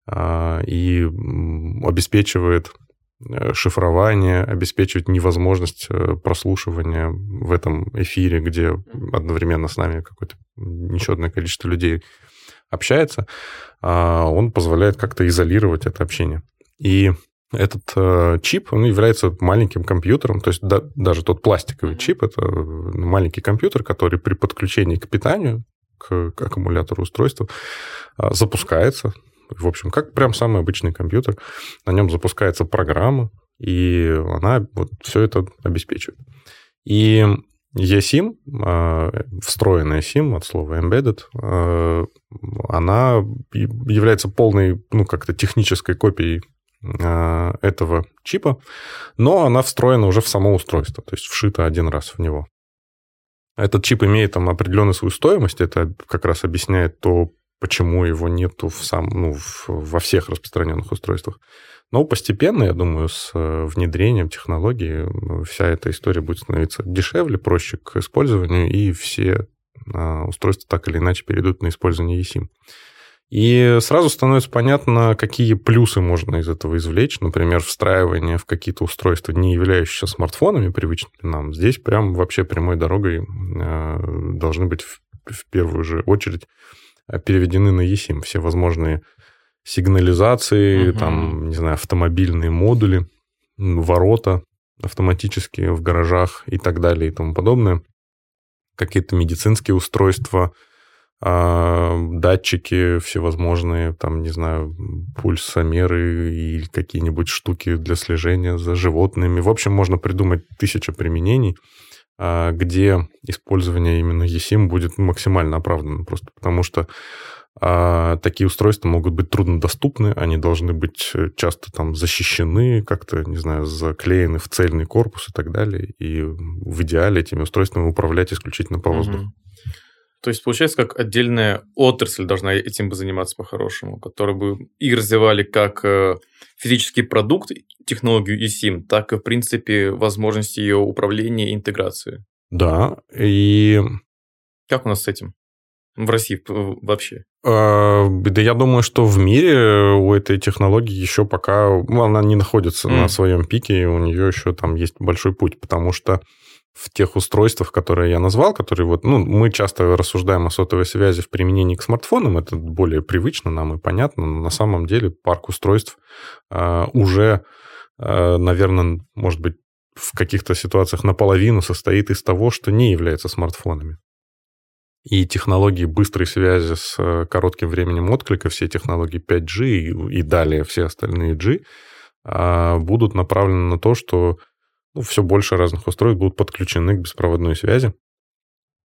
и обеспечивает шифрование, обеспечивает невозможность прослушивания в этом эфире, где одновременно с нами какое-то несчетное количество людей общается, он позволяет как-то изолировать это общение. И этот чип, он является маленьким компьютером, то есть даже тот пластиковый чип, это маленький компьютер, который при подключении к питанию, к аккумулятору устройства, запускается. В общем, как прям самый обычный компьютер. На нем запускается программа, и она вот все это обеспечивает. И eSIM, встроенная SIM от слова embedded, она является полной, как-то технической копией этого чипа, но она встроена уже в само устройство, то есть вшита один раз в него. Этот чип имеет там определенную свою стоимость, это как раз объясняет то, почему его нету во всех распространенных устройствах. Но постепенно, я думаю, с внедрением технологий вся эта история будет становиться дешевле, проще к использованию, и все устройства так или иначе перейдут на использование eSIM. И сразу становится понятно, какие плюсы можно из этого извлечь. Например, встраивание в какие-то устройства, не являющиеся смартфонами, привычными нам. Здесь прям вообще прямой дорогой должны быть в первую же очередь переведены на eSIM. Все возможные сигнализации, там, не знаю, автомобильные модули, ворота автоматические в гаражах и так далее и тому подобное. Какие-то медицинские устройства, датчики всевозможные, там, не знаю, пульсомеры и какие-нибудь штуки для слежения за животными. В общем, можно придумать 1000 применений, где использование именно eSIM будет максимально оправдано, просто потому что такие устройства могут быть труднодоступны, они должны быть часто там защищены, как-то, не знаю, заклеены в цельный корпус и так далее, и в идеале этими устройствами управлять исключительно по воздуху. То есть, получается, как отдельная отрасль должна этим бы заниматься по-хорошему, которые бы и развивали как физический продукт, технологию eSIM, так и, в принципе, возможности ее управления и интеграции. Да, и... Как у нас с этим? В России вообще? Да я думаю, что в мире у этой технологии еще пока... она не находится на своем пике, и у нее еще там есть большой путь, потому что в тех устройствах, которые я назвал, которые мы часто рассуждаем о сотовой связи в применении к смартфонам, это более привычно нам и понятно, но на самом деле парк устройств уже, наверное, может быть, в каких-то ситуациях наполовину состоит из того, что не является смартфонами. И технологии быстрой связи с коротким временем отклика, все технологии 5G и далее все остальные G, будут направлены на то, что все больше разных устройств будут подключены к беспроводной связи.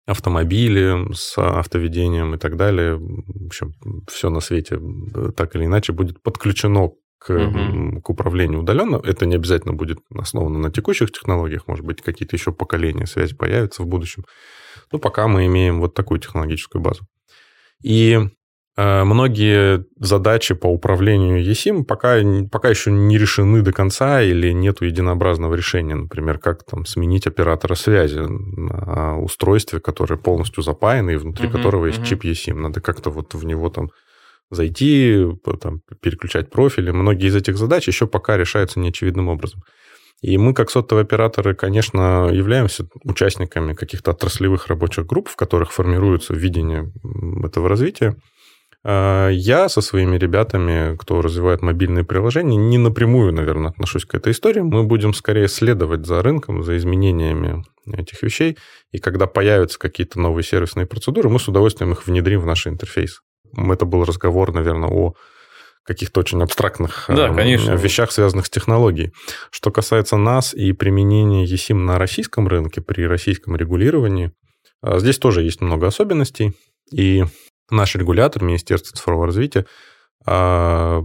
автомобили с автоведением и так далее. В общем, все на свете так или иначе будет подключено к управлению удаленно. Это не обязательно будет основано на текущих технологиях, может быть, какие-то еще поколения связи появятся в будущем. Но пока мы имеем вот такую технологическую базу. И многие задачи по управлению eSIM пока еще не решены до конца или нету единообразного решения. Например, как там сменить оператора связи на устройстве, которое полностью запаяно и внутри которого есть чип eSIM. Надо как-то вот в него там зайти, там, переключать профили. Многие из этих задач еще пока решаются неочевидным образом. И мы, как сотовые операторы, конечно, являемся участниками каких-то отраслевых рабочих групп, в которых формируется видение этого развития. Я со своими ребятами, кто развивает мобильные приложения, не напрямую, наверное, отношусь к этой истории. Мы будем скорее следовать за рынком, за изменениями этих вещей. И когда появятся какие-то новые сервисные процедуры, мы с удовольствием их внедрим в наш интерфейс. Это был разговор, наверное, о каких-то очень абстрактных вещах, связанных с технологией. Что касается нас и применения eSIM на российском рынке, при российском регулировании, здесь тоже есть много особенностей. И наш регулятор, Министерство цифрового развития, в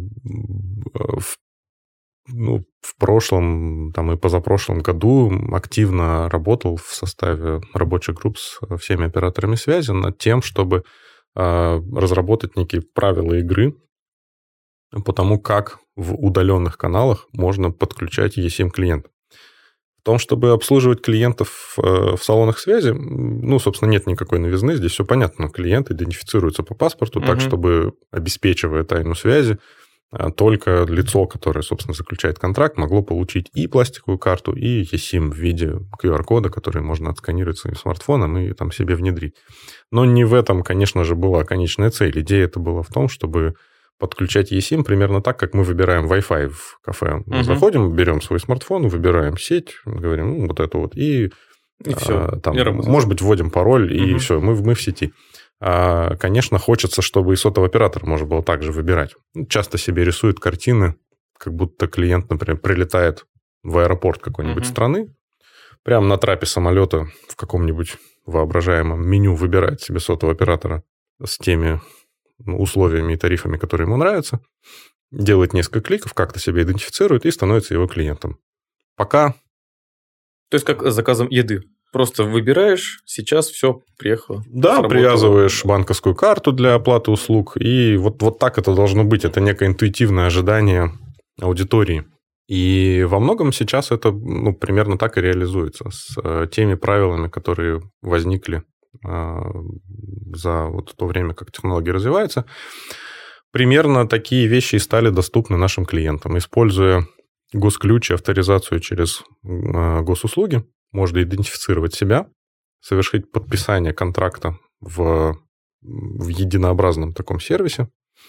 прошлом там, и позапрошлом году активно работал в составе рабочих групп с всеми операторами связи над тем, чтобы разработать некие правила игры по тому, как в удаленных каналах можно подключать eSIM-клиент. В том, чтобы обслуживать клиентов в салонах связи, собственно, нет никакой новизны, здесь все понятно. Клиент идентифицируется по паспорту так, чтобы, обеспечивая тайну связи, только лицо, которое, собственно, заключает контракт, могло получить и пластиковую карту, и eSIM в виде QR-кода, который можно отсканировать своим смартфоном и там себе внедрить. Но не в этом, конечно же, была конечная цель. Идея это была в том, чтобы подключать eSIM примерно так, как мы выбираем Wi-Fi в кафе. Мы заходим, берем свой смартфон, выбираем сеть, говорим, вот это вот, и все. Там, может быть, вводим пароль, и все, мы в сети. Конечно, хочется, чтобы и сотовый оператор можно было также выбирать. Часто себе рисуют картины, как будто клиент, например, прилетает в аэропорт какой-нибудь страны, прямо на трапе самолета в каком-нибудь воображаемом меню выбирает себе сотового оператора с теми условиями и тарифами, которые ему нравятся, делает несколько кликов, как-то себя идентифицирует и становится его клиентом. Пока... То есть, как с заказом еды. Просто выбираешь, сейчас все, приехало. Да, сработало. Привязываешь банковскую карту для оплаты услуг, и вот так это должно быть. Это некое интуитивное ожидание аудитории. И во многом сейчас это примерно так и реализуется с теми правилами, которые возникли за то время, как технологии развиваются. Примерно такие вещи и стали доступны нашим клиентам. Используя госключ и авторизацию через госуслуги, можно идентифицировать себя, совершить подписание контракта в единообразном таком сервисе,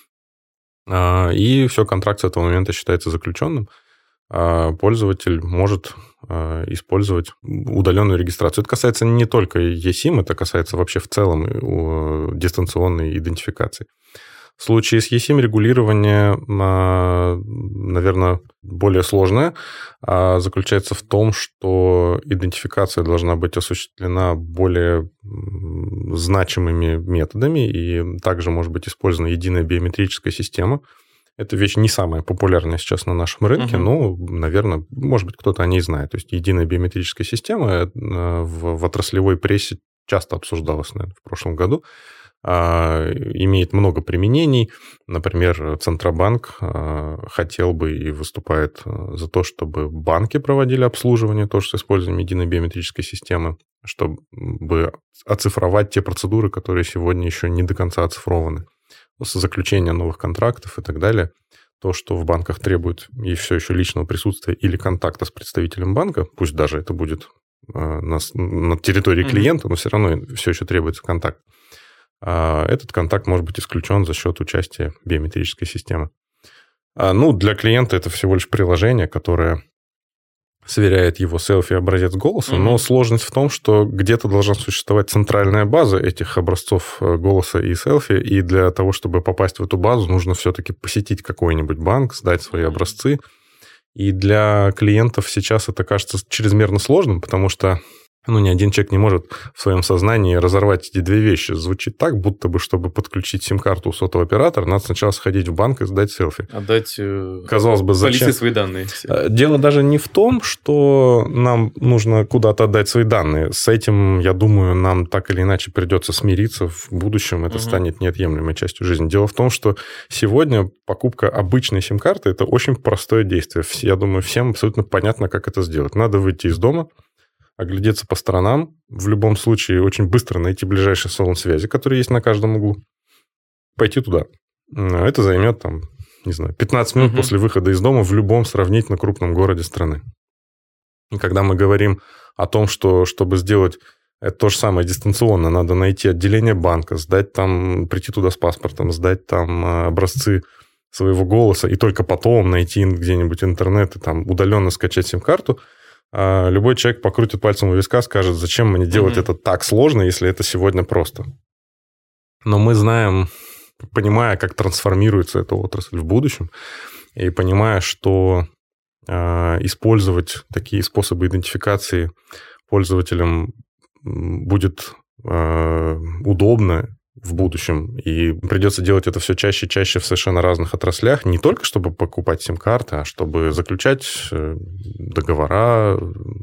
и все, контракт с этого момента считается заключенным. Пользователь может использовать удаленную регистрацию. Это касается не только eSIM, это касается вообще в целом дистанционной идентификации. В случае с eSIM регулирование, наверное, более сложное, заключается в том, что идентификация должна быть осуществлена более значимыми методами, и также может быть использована единая биометрическая система. Эта вещь не самая популярная сейчас на нашем рынке, но, наверное, может быть, кто-то о ней знает. То есть единая биометрическая система в отраслевой прессе часто обсуждалась, наверное, в прошлом году. Имеет много применений. Например, Центробанк хотел бы и выступает за то, чтобы банки проводили обслуживание тоже с использованием единой биометрической системы, чтобы оцифровать те процедуры, которые сегодня еще не до конца оцифрованы. Заключение новых контрактов и так далее. То, что в банках требует и все еще личного присутствия или контакта с представителем банка, пусть даже это будет на территории клиента, но все равно все еще требуется контакт. Этот контакт может быть исключен за счет участия биометрической системы. Для клиента это всего лишь приложение, которое сверяет его селфи-образец голоса, но сложность в том, что где-то должна существовать центральная база этих образцов голоса и селфи, и для того, чтобы попасть в эту базу, нужно все-таки посетить какой-нибудь банк, сдать свои образцы. И для клиентов сейчас это кажется чрезмерно сложным, потому что ни один человек не может в своем сознании разорвать эти две вещи. Звучит так, будто бы, чтобы подключить сим-карту у сотового оператора, надо сначала сходить в банк и сдать селфи. Отдать казалось бы, полиции свои данные. Дело даже не в том, что нам нужно куда-то отдать свои данные. С этим, я думаю, нам так или иначе придется смириться в будущем. Это станет неотъемлемой частью жизни. Дело в том, что сегодня покупка обычной сим-карты – это очень простое действие. Я думаю, всем абсолютно понятно, как это сделать. Надо выйти из дома, оглядеться по сторонам, в любом случае очень быстро найти ближайший салон связи, который есть на каждом углу, пойти туда. Это займет, 15 минут после выхода из дома в любом сравнительно крупном городе страны. И когда мы говорим о том, что чтобы сделать это то же самое дистанционно, надо найти отделение банка, прийти туда с паспортом, сдать там образцы своего голоса, и только потом найти где-нибудь интернет и удаленно скачать сим-карту, любой человек покрутит пальцем у виска, скажет, зачем мне делать это так сложно, если это сегодня просто. Но мы знаем, понимая, как трансформируется эта отрасль в будущем, и понимая, что использовать такие способы идентификации пользователям будет удобно в будущем, и придется делать это все чаще и чаще в совершенно разных отраслях, не только чтобы покупать сим-карты, а чтобы заключать договора,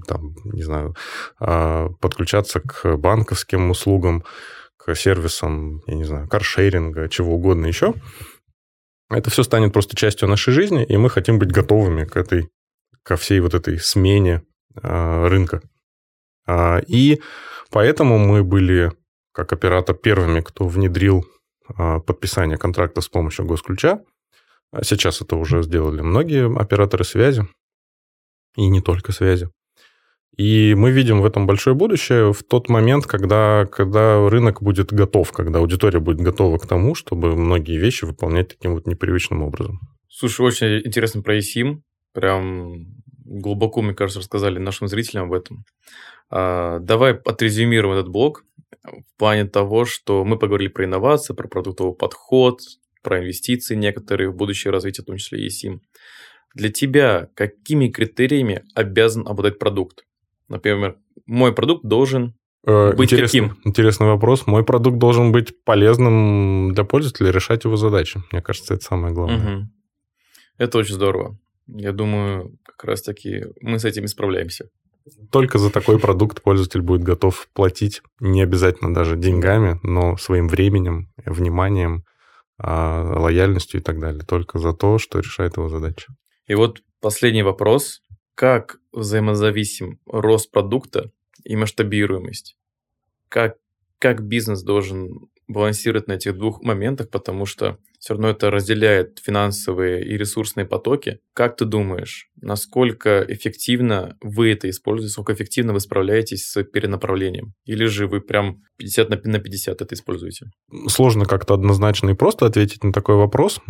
подключаться к банковским услугам, к сервисам, каршеринга, чего угодно еще. Это все станет просто частью нашей жизни, и мы хотим быть готовыми ко всей вот этой смене рынка. И поэтому мы были, как оператор, первыми, кто внедрил подписание контракта с помощью госключа. Сейчас это уже сделали многие операторы связи, и не только связи. И мы видим в этом большое будущее в тот момент, когда рынок будет готов, когда аудитория будет готова к тому, чтобы многие вещи выполнять таким вот непривычным образом. Слушай, очень интересно про eSIM. Прям глубоко, мне кажется, рассказали нашим зрителям об этом. Давай отрезюмируем этот блок в плане того, что мы поговорили про инновации, про продуктовый подход, про инвестиции некоторые в будущее развитие, в том числе eSIM. Для тебя какими критериями обязан обладать продукт? Например, мой продукт должен быть каким? Интересный вопрос. Мой продукт должен быть полезным для пользователя, решать его задачи. Мне кажется, это самое главное. Это очень здорово. Я думаю, как раз-таки мы с этим и справляемся. Только за такой продукт пользователь будет готов платить, не обязательно даже деньгами, но своим временем, вниманием, лояльностью и так далее. Только за то, что решает его задачи. И вот последний вопрос. Как взаимозависим рост продукта и масштабируемость? Как бизнес должен балансировать на этих двух моментах, потому что все равно это разделяет финансовые и ресурсные потоки. Как ты думаешь, насколько эффективно вы это используете, насколько эффективно вы справляетесь с перенаправлением? Или же вы прям 50 на 50 это используете? Сложно как-то однозначно и просто ответить на такой вопрос.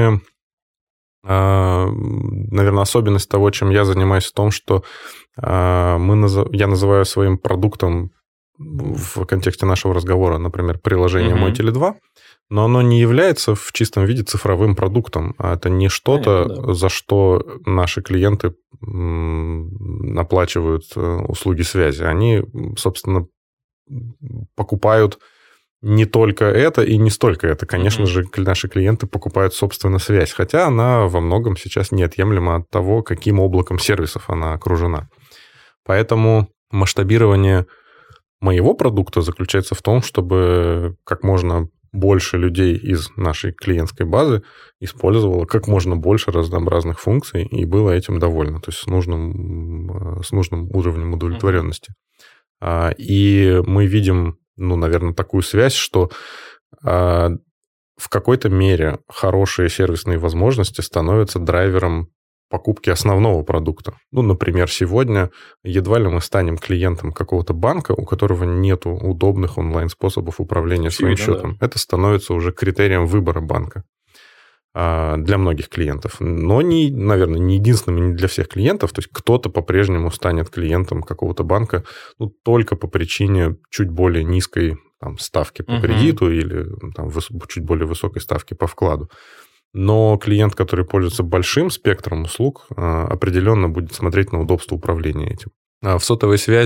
Наверное, особенность того, чем я занимаюсь, в том, что я называю своим продуктом в контексте нашего разговора, например, приложение «Мой Теле2», но оно не является в чистом виде цифровым продуктом. Это не что-то, за что наши клиенты оплачивают услуги связи. Они, собственно, покупают не только это и не столько это. Конечно же, наши клиенты покупают, собственно, связь, хотя она во многом сейчас неотъемлема от того, каким облаком сервисов она окружена. Поэтому масштабирование моего продукта заключается в том, чтобы как можно больше людей из нашей клиентской базы использовало как можно больше разнообразных функций и было этим довольно, то есть с нужным уровнем удовлетворенности. И мы видим, наверное, такую связь, что в какой-то мере хорошие сервисные возможности становятся драйвером покупки основного продукта. Например, сегодня едва ли мы станем клиентом какого-то банка, у которого нет удобных онлайн-способов управления своим счетом. Да. Это становится уже критерием выбора банка для многих клиентов. Но, наверное, не единственным и не для всех клиентов. То есть кто-то по-прежнему станет клиентом какого-то банка только по причине чуть более низкой ставки по кредиту или чуть более высокой ставки по вкладу. Но клиент, который пользуется большим спектром услуг, определенно будет смотреть на удобство управления этим. В сотовой связи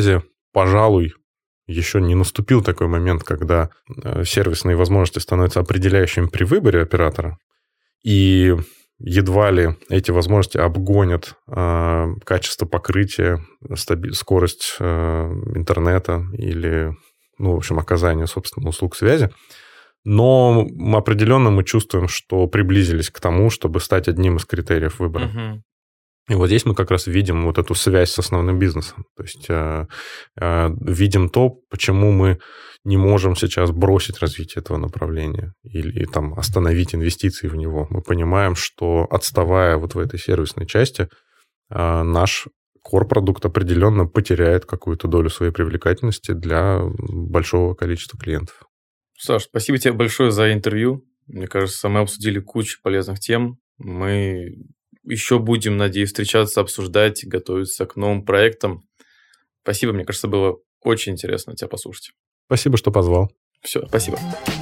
пожалуй, еще не наступил такой момент, когда сервисные возможности становятся определяющими при выборе оператора, и едва ли эти возможности обгонят качество покрытия, скорость интернета или, в общем, оказание, собственно, услуг связи. Но определенно мы чувствуем, что приблизились к тому, чтобы стать одним из критериев выбора. Угу. И вот здесь мы как раз видим вот эту связь с основным бизнесом. То есть видим то, почему мы не можем сейчас бросить развитие этого направления или там остановить инвестиции в него. Мы понимаем, что отставая вот в этой сервисной части, наш core-продукт определенно потеряет какую-то долю своей привлекательности для большого количества клиентов. Саш, спасибо тебе большое за интервью. Мне кажется, мы обсудили кучу полезных тем. Мы еще будем, надеюсь, встречаться, обсуждать, готовиться к новым проектам. Спасибо, мне кажется, было очень интересно тебя послушать. Спасибо, что позвал. Все, спасибо.